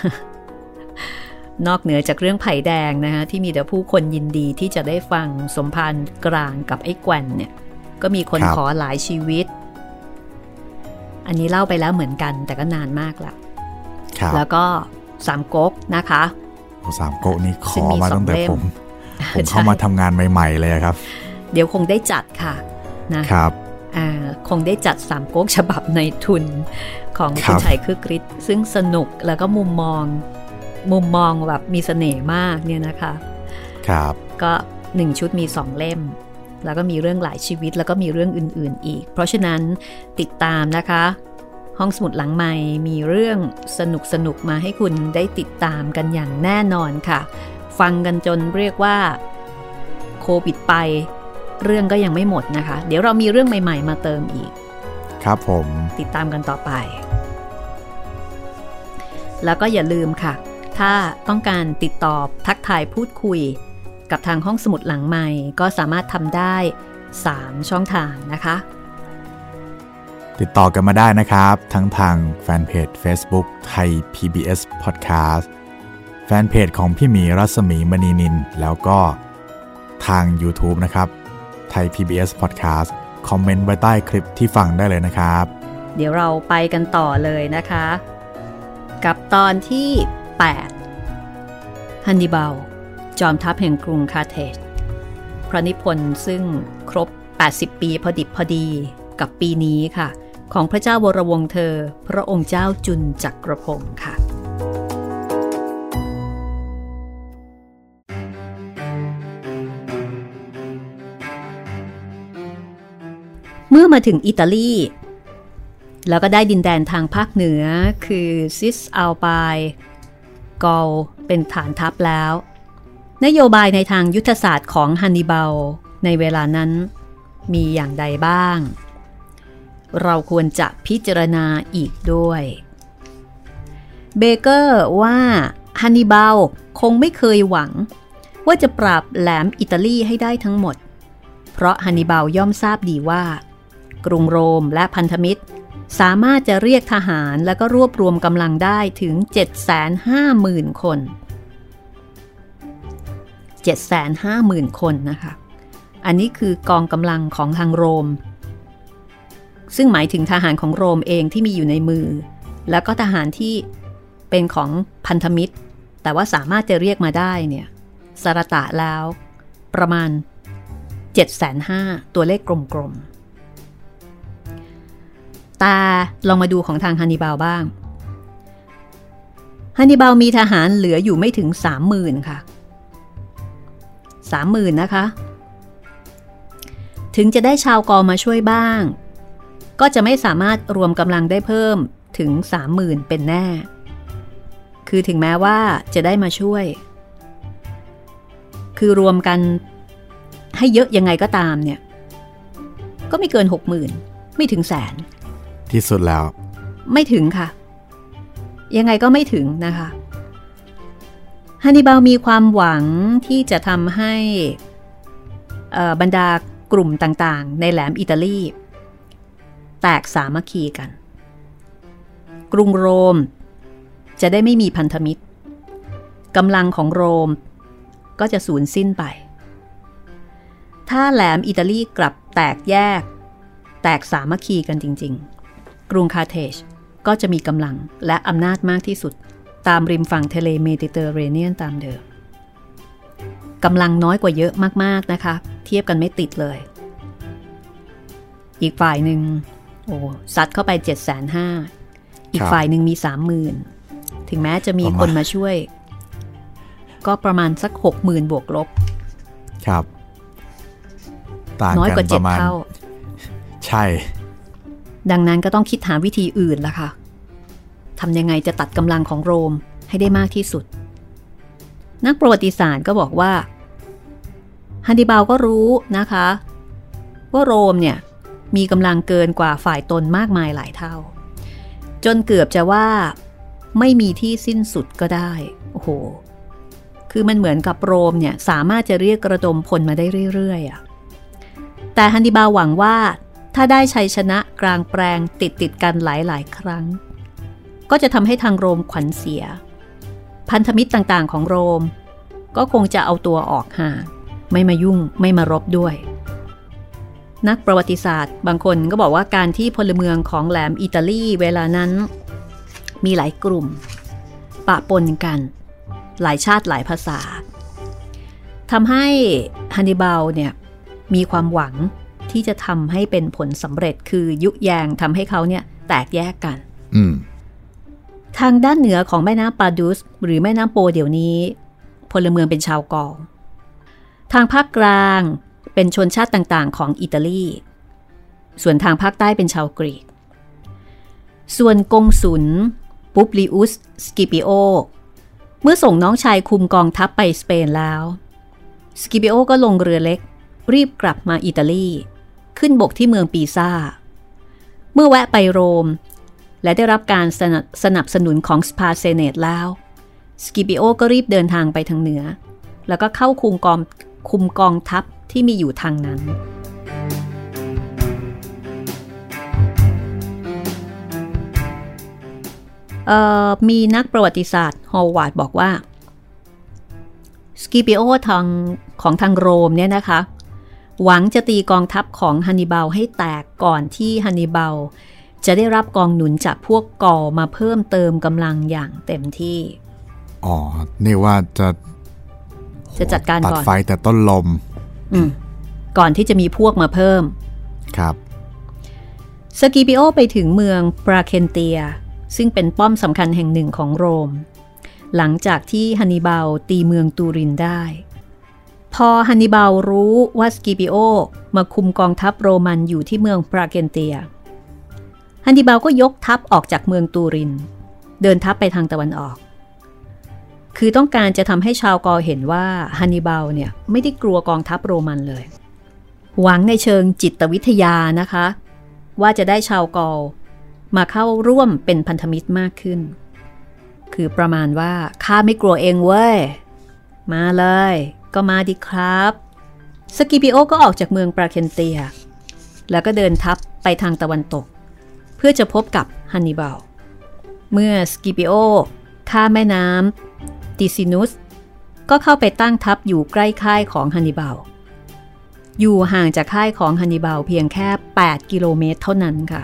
นอกเหนือจากเรื่องไผ่แดงนะคะที่มีแต่ผู้คนยินดีที่จะได้ฟังสมภารกลางกับไอ้แกว่นเนี่ยก็มีคนขอหลายชีวิตอันนี้เล่าไปแล้วเหมือนกันแต่ก็นานมากละแล้วก็สามก๊กนะคะสามก๊กนี่ขอมาตั้งแต่ผมเข้ามาทำงานใหม่ๆเลยครับเดี๋ยวคงได้จัดค่ะนะครับคงได้จัดสามก๊กฉบับในทุนของคุณชัยคึกฤทธิ์ซึ่งสนุกแล้วก็มุมมองแบบมีเสน่ห์มากเนี่ยนะคะครับก็1ชุดมี2เล่มแล้วก็มีเรื่องหลายชีวิตแล้วก็มีเรื่องอื่นๆอีกเพราะฉะนั้นติดตามนะคะห้องสมุดหลังใหม่มีเรื่องสนุกมาให้คุณได้ติดตามกันอย่างแน่นอนค่ะฟังกันจนเรียกว่าโควิดไปเรื่องก็ยังไม่หมดนะคะเดี๋ยวเรามีเรื่องใหม่ๆมาเติมอีกครับผมติดตามกันต่อไปแล้วก็อย่าลืมค่ะถ้าต้องการติดต่อทักทายพูดคุยกับทางห้องสมุดหลังใหม่ก็สามารถทำได้3ช่องทางนะคะติดต่อกันมาได้นะครับทั้งทางแฟนเพจ Facebook ไทย PBS Podcast แฟนเพจของพี่หมีรัศมีมณีนินแล้วก็ทาง YouTube นะครับไทย PBS Podcast คอมเมนต์ไว้ใต้คลิปที่ฟังได้เลยนะครับเดี๋ยวเราไปกันต่อเลยนะคะกับตอนที่8ฮันนิบาลจอมทัพแห่งกรุงคาร์เทจพระนิพนธ์ซึ่งครบ80ปีพอดิบพอดีกับปีนี้ค่ะของพระเจ้าวรวงศ์เธอพระองค์เจ้าจุนจักรพงศ์ค่ะเมื่อมาถึงอิตาลีแล้วก็ได้ดินแดนทางภาคเหนือคือซิสอัลไปกอลเป็นฐานทัพแล้วนโยบายในทางยุทธศาสตร์ของฮันนิบาลในเวลานั้นมีอย่างใดบ้างเราควรจะพิจารณาอีกด้วยเบเกอร์ว่าฮันนิบาลคงไม่เคยหวังว่าจะปราบแหลมอิตาลีให้ได้ทั้งหมดเพราะฮันนิบาลย่อมทราบดีว่ากรุงโรมและพันธมิตรสามารถจะเรียกทหารและก็รวบรวมกำลังได้ถึง 750,000 คน 750,000 คนนะคะอันนี้คือกองกำลังของทางโรมซึ่งหมายถึงทหารของโรมเองที่มีอยู่ในมือแล้วก็ทหารที่เป็นของพันธมิตรแต่ว่าสามารถจะเรียกมาได้เนี่ยสรตะแล้วประมาณ 750,000 ตัวเลขกลมๆแต่ลองมาดูของทางฮันนิบาลบ้างฮันนิบาลมีทหารเหลืออยู่ไม่ถึง 30,000 ค่ะ 30,000 นะคะถึงจะได้ชาวกอมาช่วยบ้างก็จะไม่สามารถรวมกำลังได้เพิ่มถึง 30,000 เป็นแน่คือถึงแม้ว่าจะได้มาช่วยคือรวมกันให้เยอะยังไงก็ตามเนี่ยก็ไม่เกิน 60,000 ไม่ถึงแสนที่สุดแล้วไม่ถึงค่ะยังไงก็ไม่ถึงนะคะฮันนิบาลมีความหวังที่จะทำให้บรรดากลุ่มต่างๆในแหลมอิตาลีแตกสามัคคีกันกรุงโรมจะได้ไม่มีพันธมิตรกำลังของโรมก็จะสูญสิ้นไปถ้าแหลมอิตาลีกลับแตกแยกแตกสามัคคีกันจริงๆกรุงคาร์เทจก็จะมีกำลังและอำนาจมากที่สุดตามริมฝั่งทะเลเมดิเตอร์เรเนียนตามเดิมกำลังน้อยกว่าเยอะมากๆนะคะเทียบกันไม่ติดเลยอีกฝ่ายหนึ่งซัดเข้าไป 750,000 อีกฝ่ายหนึ่งมี 30,000 ถึงแม้จะมีคนมาช่วยก็ประมาณสัก 60,000 บวกลบครับน้อยกว่า7เท่าใช่ดังนั้นก็ต้องคิดหาวิธีอื่นละค่ะทำยังไงจะตัดกำลังของโรมให้ได้มากที่สุดนักประวัติศาสตร์ก็บอกว่าฮันนิบาลก็รู้นะคะว่าโรมเนี่ยมีกำลังเกินกว่าฝ่ายตนมากมายหลายเท่าจนเกือบจะว่าไม่มีที่สิ้นสุดก็ได้โอ้โหคือมันเหมือนกับโรมเนี่ยสามารถจะเรียกกระดมพลมาได้เรื่อยๆแต่ฮันนิบาลหวังว่าถ้าได้ชัยชนะกลางแปลงติดกันหลายๆครั้งก็จะทำให้ทางโรมขวัญเสียพันธมิตรต่างๆของโรมก็คงจะเอาตัวออกห่างไม่มายุ่งไม่มารบด้วยนักประวัติศาสตร์บางคนก็บอกว่าการที่พลเมืองของแหลมอิตาลีเวลานั้นมีหลายกลุ่มปะปนกันหลายชาติหลายภาษาทำให้ฮันนิบาลเนี่ยมีความหวังที่จะทำให้เป็นผลสำเร็จคือยุแยงทำให้เขาเนี่ยแตกแยกกันทางด้านเหนือของแม่น้ำปาดุสหรือแม่น้ำโปเดี๋ยวนี้พลเมืองเป็นชาวกอลทางภาคกลางเป็นชนชาติต่างๆของอิตาลีส่วนทางภาคใต้เป็นชาวกรีกส่วนกงสุลปุบลิอุสสกิปิโอเมื่อส่งน้องชายคุมกองทัพไปสเปนแล้วสกิปิโอก็ลงเรือเล็กรีบกลับมาอิตาลีขึ้นบกที่เมืองปีซ่าเมื่อแวะไปโรมและได้รับการสนับสนุนของสภาเซเนตแล้วสกิปิโอก็รีบเดินทางไปทางเหนือแล้วก็เข้าคุมกองทัพที่มีอยู่ทางนั้นมีนักประวัติศาสตร์ฮอลวาร์ดบอกว่าสกิปิโอของทางโรมเนี่ยนะคะหวังจะตีกองทัพของฮันนิบาลให้แตกก่อนที่ฮันนิบาลจะได้รับกองหนุนจากพวกกอลมาเพิ่มเติมกำลังอย่างเต็มที่นี่ว่าจะจัดการก่อนตัดไฟแต่ต้นลมก่อนที่จะมีพวกมาเพิ่มครับสกิปิโอไปถึงเมืองปราเคนเตียซึ่งเป็นป้อมสำคัญแห่งหนึ่งของโรมหลังจากที่ฮันนิบาลตีเมืองตูรินได้พอฮันนิบาลรู้ว่าสกิปิโอมาคุมกองทัพโรมันอยู่ที่เมืองปราเคนเตียฮันนิบาลก็ยกทัพออกจากเมืองตูรินเดินทัพไปทางตะวันออกคือต้องการจะทำให้ชาวกอลเห็นว่าฮันนิบาลเนี่ยไม่ได้กลัวกองทัพโรมันเลยหวังในเชิงจิตวิทยานะคะว่าจะได้ชาวกอลมาเข้าร่วมเป็นพันธมิตรมากขึ้นคือประมาณว่าข้าไม่กลัวเองเว้ยมาเลยก็มาดิครับสกิปิโอก็ออกจากเมืองปราเคนเตียแล้วก็เดินทัพไปทางตะวันตกเพื่อจะพบกับฮันนิบาลเมื่อสกิปิโอข้ามแม่น้ำติซินุสก็เข้าไปตั้งทัพอยู่ใกล้ค่ายของฮันนิบาลอยู่ห่างจากค่ายของฮันนิบาลเพียงแค่8กิโลเมตรเท่านั้นค่ะ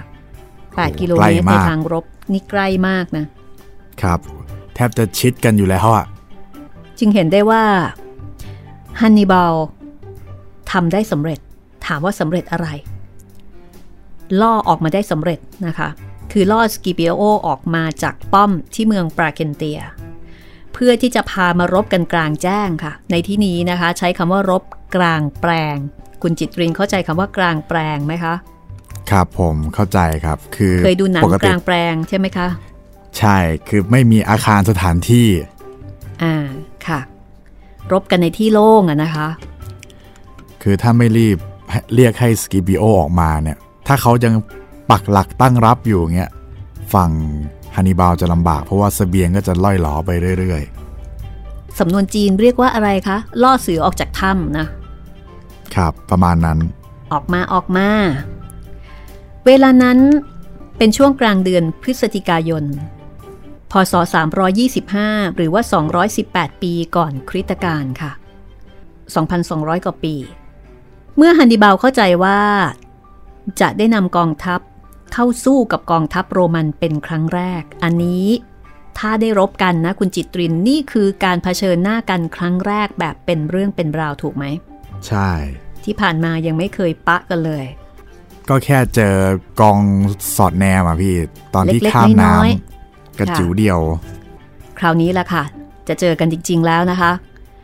8กิโลเมตรในทางรบนี่ใกล้มากนะครับแทบจะชิดกันอยู่แล้วอ่ะจึงเห็นได้ว่าฮันนิบาลทำได้สำเร็จถามว่าสำเร็จอะไรล่อออกมาได้สำเร็จนะคะคือล่อสกิปิโอออกมาจากป้อมที่เมืองปราเคนเตียเพื่อที่จะพามารบกันกลางแจ้งค่ะในที่นี้นะคะใช้คำว่ารบกลางแปลงคุณจิตรินเข้าใจคำว่ากลางแปลงไหมคะครับผมเข้าใจครับคือเคยดูหนังกลางแปลงใช่ไหมคะใช่คือไม่มีอาคารสถานที่ค่ะรบกันในที่โล่งนะคะคือถ้าไม่รีบเรียกให้สกิปิโอออกมาเนี่ยถ้าเขายังปักหลักตั้งรับอยู่เงี้ยฝั่งฮันนิบาลจะลำบากเพราะว่าเสบียงก็จะล่อยหลอไปเรื่อยๆสำนวนจีนเรียกว่าอะไรคะล่อเสือออกจากถ้ำนะครับประมาณนั้นออกมาเวลานั้นเป็นช่วงกลางเดือนพฤศจิกายนพ.ศ. 325หรือว่า218ปีก่อนคริสตกาลค่ะ 2,200 กว่าปีเมื่อฮันนิบาลเข้าใจว่าจะได้นำกองทัพเข้าสู้กับกองทัพโรมันเป็นครั้งแรกอันนี้ถ้าได้รบกันนะคุณจิตรินนี่คือการเผชิญหน้ากันครั้งแรกแบบเป็นเรื่องเป็นราวถูกไหมใช่ที่ผ่านมายังไม่เคยปะกันเลยก็แค่เจอกองสอดแนมอ่ะพี่ตอนที่ข้ามน้ำกระจิ๋วเดียวคราวนี้ละค่ะจะเจอกันจริงๆแล้วนะคะ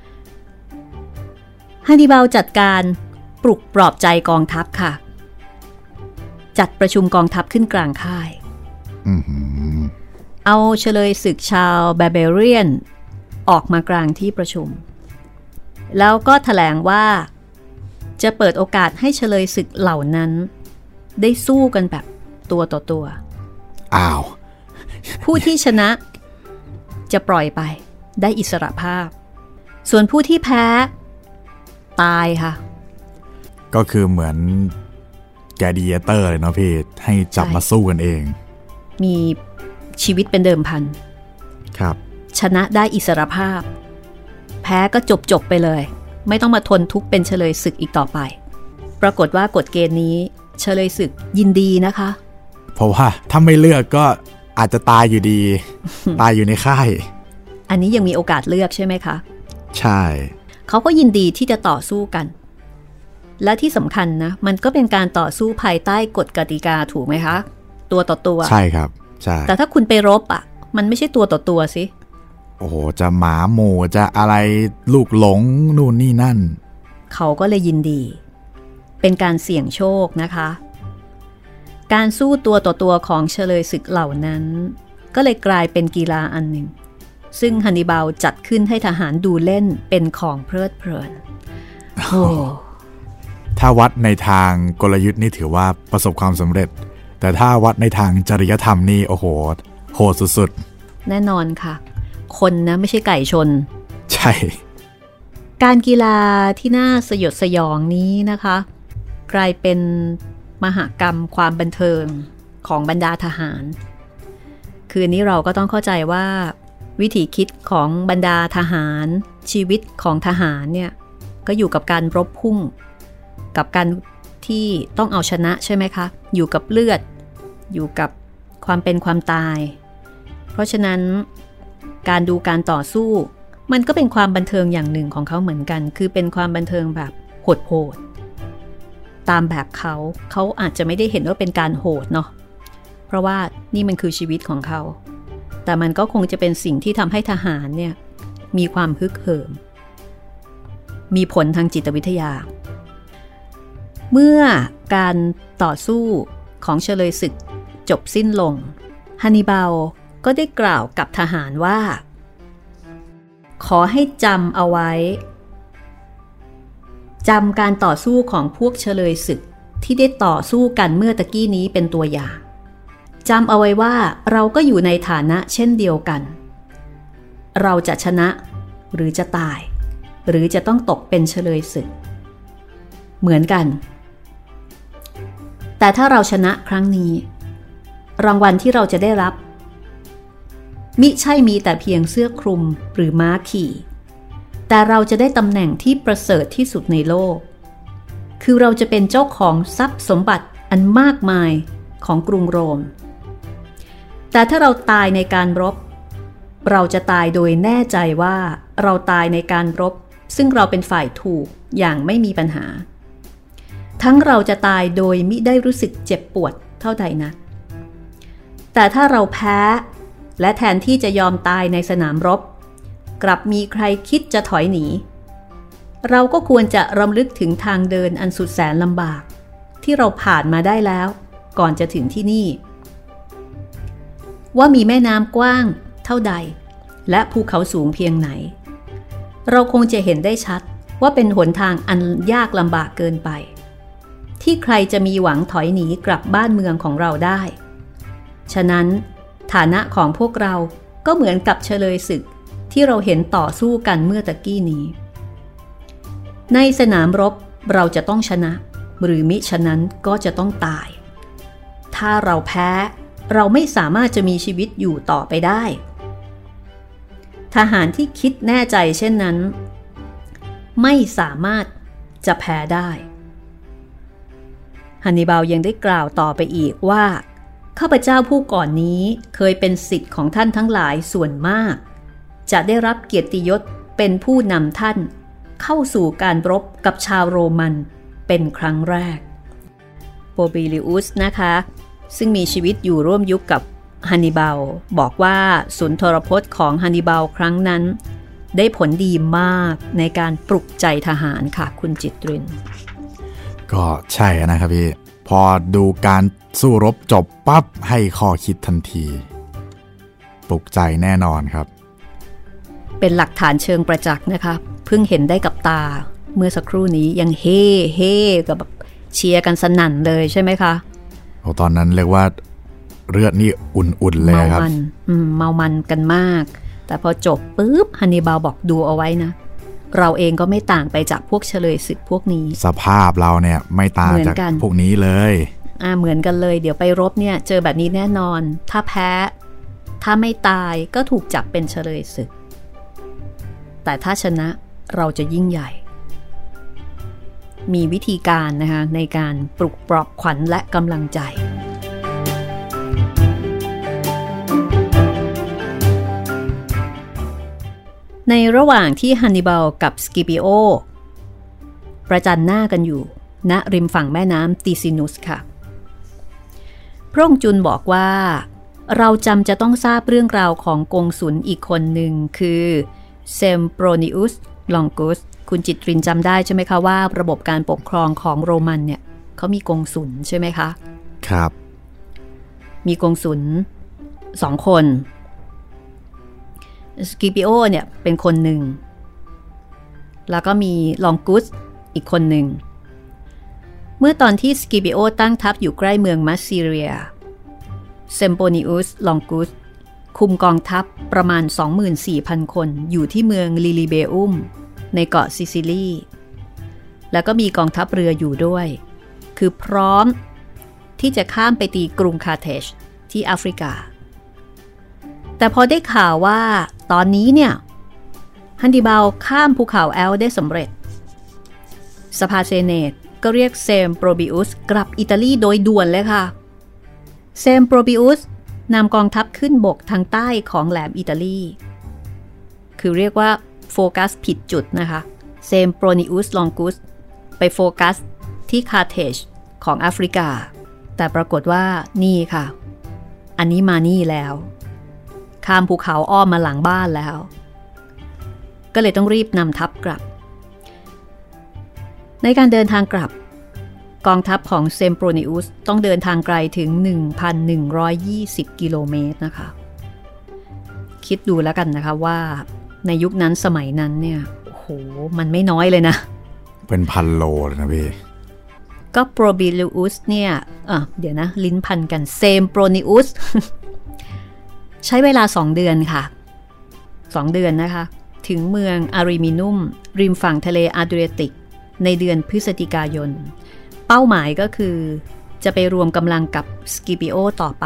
ฮันนิบาลจัดการปลุกปลอบใจกองทัพค่ะจัดประชุมกองทัพขึ้นกลางค่ายเอาเฉลยศึกชาวบาร์เบเรียนออกมากลางที่ประชุมแล้วก็แถลงว่าจะเปิดโอกาสให้เฉลยศึกเหล่านั้นได้สู้กันแบบตัวต่อตัวอ้าวผู้ที่ชนะจะปล่อยไปได้อิสรภาพส่วนผู้ที่แพ้ตายค่ะก็คือเหมือนแกดิเอเตอร์เลยเนาะพี่ให้จับมาสู้กันเองมีชีวิตเป็นเดิมพันครับชนะได้อิสรภาพแพ้ก็จบไปเลยไม่ต้องมาทนทุกข์เป็นเฉลยศึกอีกต่อไปปรากฏว่ากฎเกณฑ์นี้เฉลยศึกยินดีนะคะเพราะว่าถ้าไม่เลือกก็อาจจะตายอยู่ดี ตายอยู่ในค่ายอันนี้ยังมีโอกาสเลือกใช่ไหมคะใช่เขาก็ยินดีที่จะต่อสู้กันและที่สำคัญนะมันก็เป็นการต่อสู้ภายใต้กฎกติกาถูกไหมคะตัวต่อตัวใช่ครับใช่แต่ถ้าคุณไปรบอ่ะมันไม่ใช่ตัวต่อตัวสิโอ้โหจะหมาหมู่จะอะไรลูกหลงนู่นนี่นั่นเขาก็เลยยินดีเป็นการเสี่ยงโชคนะคะการสู้ตัวต่อตัวของเฉลยศึกเหล่านั้นก็เลยกลายเป็นกีฬาอันหนึ่งซึ่งฮันนิบาลจัดขึ้นให้ทหารดูเล่นเป็นของเพลิดเพลินโอ้ถ้าวัดในทางกลยุทธ์นี่ถือว่าประสบความสำเร็จแต่ถ้าวัดในทางจริยธรรมนี่โอ้โหโหดสุดๆแน่นอนค่ะคนนะไม่ใช่ไก่ชนใช่การกีฬาที่น่าสยดสยองนี้นะคะกลายเป็นมหกรรมความบันเทิงของบรรดาทหารคืนนี้เราก็ต้องเข้าใจว่าวิธีคิดของบรรดาทหารชีวิตของทหารเนี่ยก็อยู่กับการรบพุ่งกับการที่ต้องเอาชนะใช่ไหมคะอยู่กับเลือดอยู่กับความเป็นความตายเพราะฉะนั้นการดูการต่อสู้มันก็เป็นความบันเทิงอย่างหนึ่งของเขาเหมือนกันคือเป็นความบันเทิงแบบโหดๆตามแบบเขาอาจจะไม่ได้เห็นว่าเป็นการโหดเนาะเพราะว่านี่มันคือชีวิตของเขาแต่มันก็คงจะเป็นสิ่งที่ทำให้ทหารเนี่ยมีความฮึกเหิมมีผลทางจิตวิทยาเมื่อการต่อสู้ของเฉลยศึกจบสิ้นลงฮันนิบาลก็ได้กล่าวกับทหารว่าขอให้จำเอาไว้จำการต่อสู้ของพวกเฉลยศึกที่ได้ต่อสู้กันเมื่อตะกี้นี้เป็นตัวอย่างจำเอาไว้ว่าเราก็อยู่ในฐานะเช่นเดียวกันเราจะชนะหรือจะตายหรือจะต้องตกเป็นเฉลยศึกเหมือนกันแต่ถ้าเราชนะครั้งนี้รางวัลที่เราจะได้รับมิใช่มีแต่เพียงเสื้อคลุมหรือม้าขี่แต่เราจะได้ตำแหน่งที่ประเสริฐที่สุดในโลกคือเราจะเป็นเจ้าของทรัพย์สมบัติอันมากมายของกรุงโรมแต่ถ้าเราตายในการรบเราจะตายโดยแน่ใจว่าเราตายในการรบซึ่งเราเป็นฝ่ายถูกอย่างไม่มีปัญหาทั้งเราจะตายโดยมิได้รู้สึกเจ็บปวดเท่าใดนักแต่ถ้าเราแพ้และแทนที่จะยอมตายในสนามรบกลับมีใครคิดจะถอยหนีเราก็ควรจะรำลึกถึงทางเดินอันสุดแสนลำบากที่เราผ่านมาได้แล้วก่อนจะถึงที่นี่ว่ามีแม่น้ำกว้างเท่าใดและภูเขาสูงเพียงไหนเราคงจะเห็นได้ชัดว่าเป็นหนทางอันยากลำบากเกินไปที่ใครจะมีหวังถอยหนีกลับบ้านเมืองของเราได้ฉะนั้นฐานะของพวกเราก็เหมือนกับเฉลยศึกที่เราเห็นต่อสู้กันเมื่อตะกี้นี้ในสนามรบเราจะต้องชนะหรือมิฉะนั้นก็จะต้องตายถ้าเราแพ้เราไม่สามารถจะมีชีวิตอยู่ต่อไปได้ทหารที่คิดแน่ใจเช่นนั้นไม่สามารถจะแพ้ได้ฮันนิบาลยังได้กล่าวต่อไปอีกว่าข้าพเจ้าผู้ก่อนนี้เคยเป็นศิษย์ของท่านทั้งหลายส่วนมากจะได้รับเกียรติยศเป็นผู้นำท่านเข้าสู่การรบกับชาวโรมันเป็นครั้งแรกโปบิลิอุสนะคะซึ่งมีชีวิตอยู่ร่วมยุคกับฮันนิบาลบอกว่าสุนทรพจน์ของฮันนิบาลครั้งนั้นได้ผลดีมากในการปลุกใจทหารค่ะคุณจิตรินก็ใช่นะครับพี่พอดูการสู้รบจบปั๊บให้ข้อคิดทันทีปลุกใจแน่นอนครับเป็นหลักฐานเชิงประจักษ์นะคะเพิ่งเห็นได้กับตาเมื่อสักครู่นี้ยังเฮ่กับแบบเชียร์กันสนั่นเลยใช่ไหมคะตอนนั้นเรียกว่าเลือดนี่อุ่นๆเลยครับเมามันกันมากแต่พอจบปุ๊บฮันนิบาลบอกดูเอาไว้นะเราเองก็ไม่ต่างไปจากพวกเฉลยศึกพวกนี้สภาพเราเนี่ยไม่ต่างจากพวกนี้เลยเหมือนกันเลยเดี๋ยวไปรบเนี่ยเจอแบบนี้แน่นอนถ้าแพ้ถ้าไม่ตายก็ถูกจับเป็นเฉลยศึกแต่ถ้าชนะเราจะยิ่งใหญ่มีวิธีการนะคะในการปลุกปลอบขวัญและกำลังใจในระหว่างที่ฮันนิบาลกับสกิปิโอประจันหน้ากันอยู่ณริมฝั่งแม่น้ำติซินุสค่ะพระองค์จุนบอกว่าเราจะต้องทราบเรื่องราวของกงสุลอีกคนหนึ่งคือเซมโปรนิอุสลองกุสคุณจิตรินจำได้ใช่ไหมคะว่าระบบการปกครองของโรมันเนี่ยเขามีกงสุลใช่ไหมคะครับมีกงสุล2 คนสกิปิโอเนี่ยเป็นคนหนึ่งแล้วก็มีลองกุสอีกคนหนึ่งเมื่อตอนที่สกิปิโอตั้งทัพอยู่ใกล้เมืองมัสซีเรียเซมโปนิอุสลองกุสคุมกองทัพประมาณ 24,000 คนอยู่ที่เมืองลิลิเบอุมในเกาะซิซิลีแล้วก็มีกองทัพเรืออยู่ด้วยคือพร้อมที่จะข้ามไปตีกรุงคาร์เทจที่แอฟริกาแต่พอได้ข่าวว่าตอนนี้เนี่ยฮันนิบาลข้ามภูเขาแอลได้สำเร็จสภาเซเนตก็เรียกเซมโปรบิอุสกลับอิตาลีโดยด่วนเลยค่ะเซมโปรบิอุสนำกองทัพขึ้นบกทางใต้ของแหลมอิตาลีคือเรียกว่าโฟกัสผิดจุดนะคะเซมโปรนิอุสลองกุสไปโฟกัสที่คาร์เทจของแอฟริกาแต่ปรากฏว่านี่ค่ะอันนี้มานี่แล้วข้ามภูเขาอ้อมมาหลังบ้านแล้วก็เลยต้องรีบนำทัพกลับในการเดินทางกลับกองทัพของเซมโปรนิอุสต้องเดินทางไกลถึง 1,120 กิโลเมตรนะคะคิดดูแล้วกันนะคะว่าในยุคนั้นสมัยนั้นเนี่ยโอ้โหมันไม่น้อยเลยนะเป็นพันโลเลยนะพี่ก็โปรบิลิอุสเนี่ยเดี๋ยวนะลิ้นพันกันเซมโปรนิอุส ใช้เวลา2 เดือนค่ะ2 เดือนนะคะถึงเมืองอาริมินุมริมฝั่งทะเลอาดริอาติกในเดือนพฤศจิกายนเป้าหมายก็คือจะไปรวมกำลังกับสกิปิโอต่อไป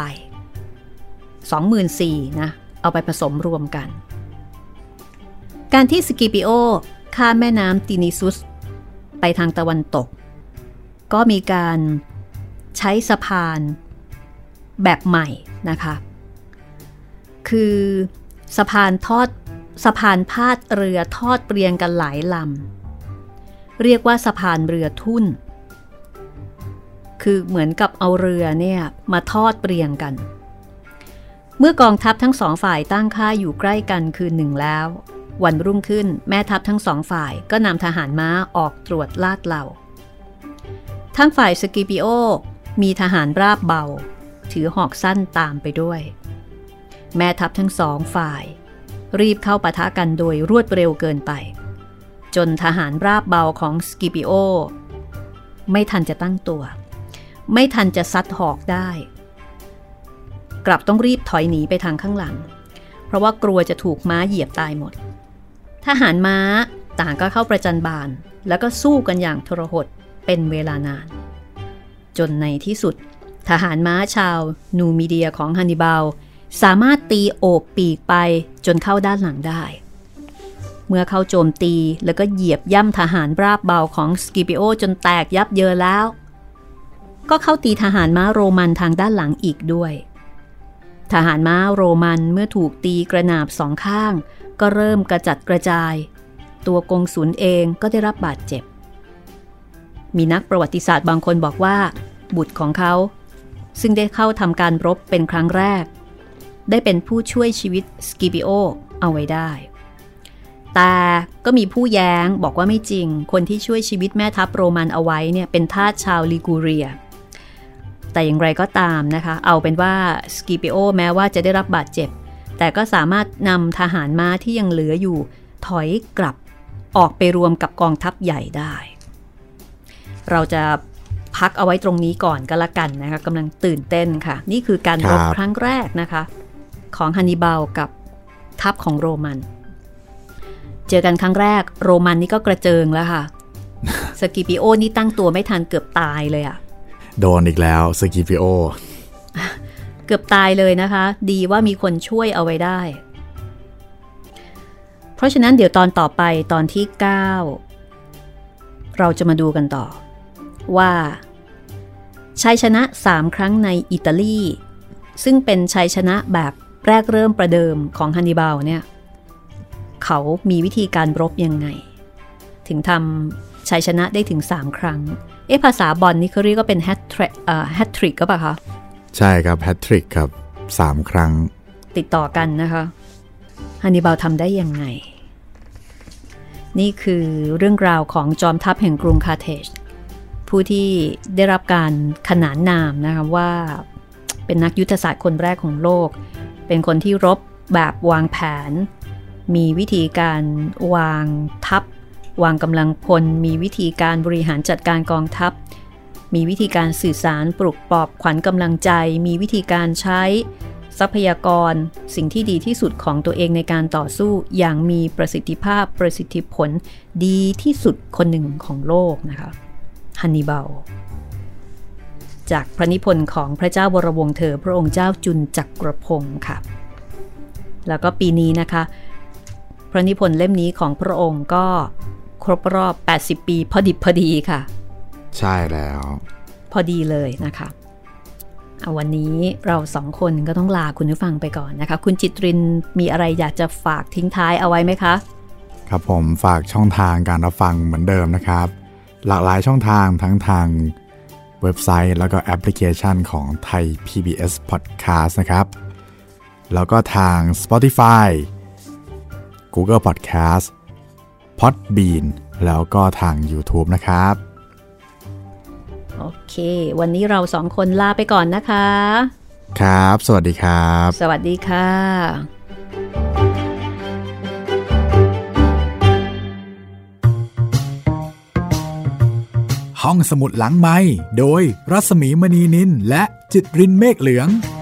24,000 นะเอาไปผสมรวมกันการที่สกิปิโอข้ามแม่น้ำตินิซุสไปทางตะวันตกก็มีการใช้สะพานแบบใหม่นะคะคือสะพานพาดเรือทอดเรียงกันหลายลำเรียกว่าสะพานเรือทุ่นคือเหมือนกับเอาเรือเนี่ยมาทอดเรียงกันเมื่อกองทัพทั้ง2 ฝ่ายตั้งค่ายอยู่ใกล้กันคืนหนึ่งแล้ววันรุ่งขึ้นแม่ทัพทั้ง2 ฝ่ายก็นำทหารม้าออกตรวจลาดเหล่าทั้งฝ่ายสกิปิโอมีทหารราบเบาถือหอกสั้นตามไปด้วยแม่ทัพทั้ง2 ฝ่ายรีบเข้าปะทะกันโดยรวดเร็วเกินไปจนทหารราบเบาของสกิปิโอไม่ทันจะตั้งตัวไม่ทันจะซัดหอกได้กลับต้องรีบถอยหนีไปทางข้างหลังเพราะว่ากลัวจะถูกม้าเหยียบตายหมดทหารม้าต่างก็เข้าประจันบานแล้วก็สู้กันอย่างทรหดเป็นเวลานานจนในที่สุดทหารม้าชาวนูมิเดียของฮันนิบาลสามารถตีโอบปีกไปจนเข้าด้านหลังได้เมื่อเข้าโจมตีแล้วก็เหยียบย่ำทหารราบเบาของสกิปิโอจนแตกยับเยินแล้วก็เข้าตีทหารม้าโรมันทางด้านหลังอีกด้วยทหารม้าโรมันเมื่อถูกตีกระหนาบ2 ข้างก็เริ่มกระจัดกระจายตัวกงสุลเองก็ได้รับบาดเจ็บมีนักประวัติศาสตร์บางคนบอกว่าบุตรของเขาซึ่งได้เข้าทำการรบเป็นครั้งแรกได้เป็นผู้ช่วยชีวิตสกิปิโอเอาไว้ได้แต่ก็มีผู้แย้งบอกว่าไม่จริงคนที่ช่วยชีวิตแม่ทัพโรมันเอาไว้เนี่ยเป็นทาสชาวลิกูเรียแต่อย่างไรก็ตามนะคะเอาเป็นว่าสกิปิโอแม้ว่าจะได้รับบาดเจ็บแต่ก็สามารถนำทหารม้าที่ยังเหลืออยู่ถอยกลับออกไปรวมกับกองทัพใหญ่ได้เราจะพักเอาไว้ตรงนี้ก่อนก็แล้วกันนะคะกำลังตื่นเต้นค่ะนี่คือการรบครั้งแรกนะคะของฮันนิบาลกับทัพของโรมันเจอกันครั้งแรกโรมันนี่ก็กระเจิงแล้วค่ะ สกิปิโอนี่ตั้งตัวไม่ทันเกือบตายเลยอ่ะโดนอีกแล้วสกิปิโอเกือบตายเลยนะคะดีว่ามีคนช่วยเอาไว้ได้เพราะฉะนั้นเดี๋ยวตอนต่อไปตอนที่9เราจะมาดูกันต่อว่าชัยชนะ3ครั้งในอิตาลีซึ่งเป็นชัยชนะแบบแรกเริ่มประเดิมของฮันนิบาลเนี่ยเขามีวิธีการรบยังไงถึงทำชัยชนะได้ถึง3ครั้งภาษาบอลนี่เขาเรียกว่าเป็นแฮตทริกก็ป่ะคะใช่ครับแฮตทริกครับ3ครั้งติดต่อกันนะคะฮันนิบาลทำได้ยังไงนี่คือเรื่องราวของจอมทัพแห่งกรุงคาร์เทจผู้ที่ได้รับการขนานนามนะคะว่าเป็นนักยุทธศาสตร์คนแรกของโลกเป็นคนที่รบแบบวางแผนมีวิธีการวางทัพวางกำลังพลมีวิธีการบริหารจัดการกองทัพมีวิธีการสื่อสารปลุกปลอบขวัญกำลังใจมีวิธีการใช้ทรัพยากรสิ่งที่ดีที่สุดของตัวเองในการต่อสู้อย่างมีประสิทธิภาพประสิทธิผลดีที่สุดคนหนึ่งของโลกนะคะฮันนิบาลจากพระนิพนธ์ของพระเจ้าวรวงศ์เธอพระองค์เจ้าจุลจักรพงศ์ค่ะแล้วก็ปีนี้นะคะพระนิพนธ์เล่มนี้ของพระองค์ก็ครบรอบ80ปีพอดิบพอดีค่ะใช่แล้วพอดีเลยนะคะวันนี้เรา2คนก็ต้องลาคุณผู้ฟังไปก่อนนะคะคุณจิตรินมีอะไรอยากจะฝากทิ้งท้ายเอาไว้ไหมคะครับผมฝากช่องทางการรับฟังเหมือนเดิมนะครับหลากหลายช่องทางทั้งทางเว็บไซต์แล้วก็แอปพลิเคชันของไทย PBS Podcast นะครับแล้วก็ทาง Spotify Google Podcast Podbean แล้วก็ทาง YouTube นะครับโอเควันนี้เรา2คนลาไปก่อนนะคะครับสวัสดีครับสวัสดีค่ะห้องสมุดหลังไมค์โดยรัศมีมณีนินและจิตรินเมฆเหลือง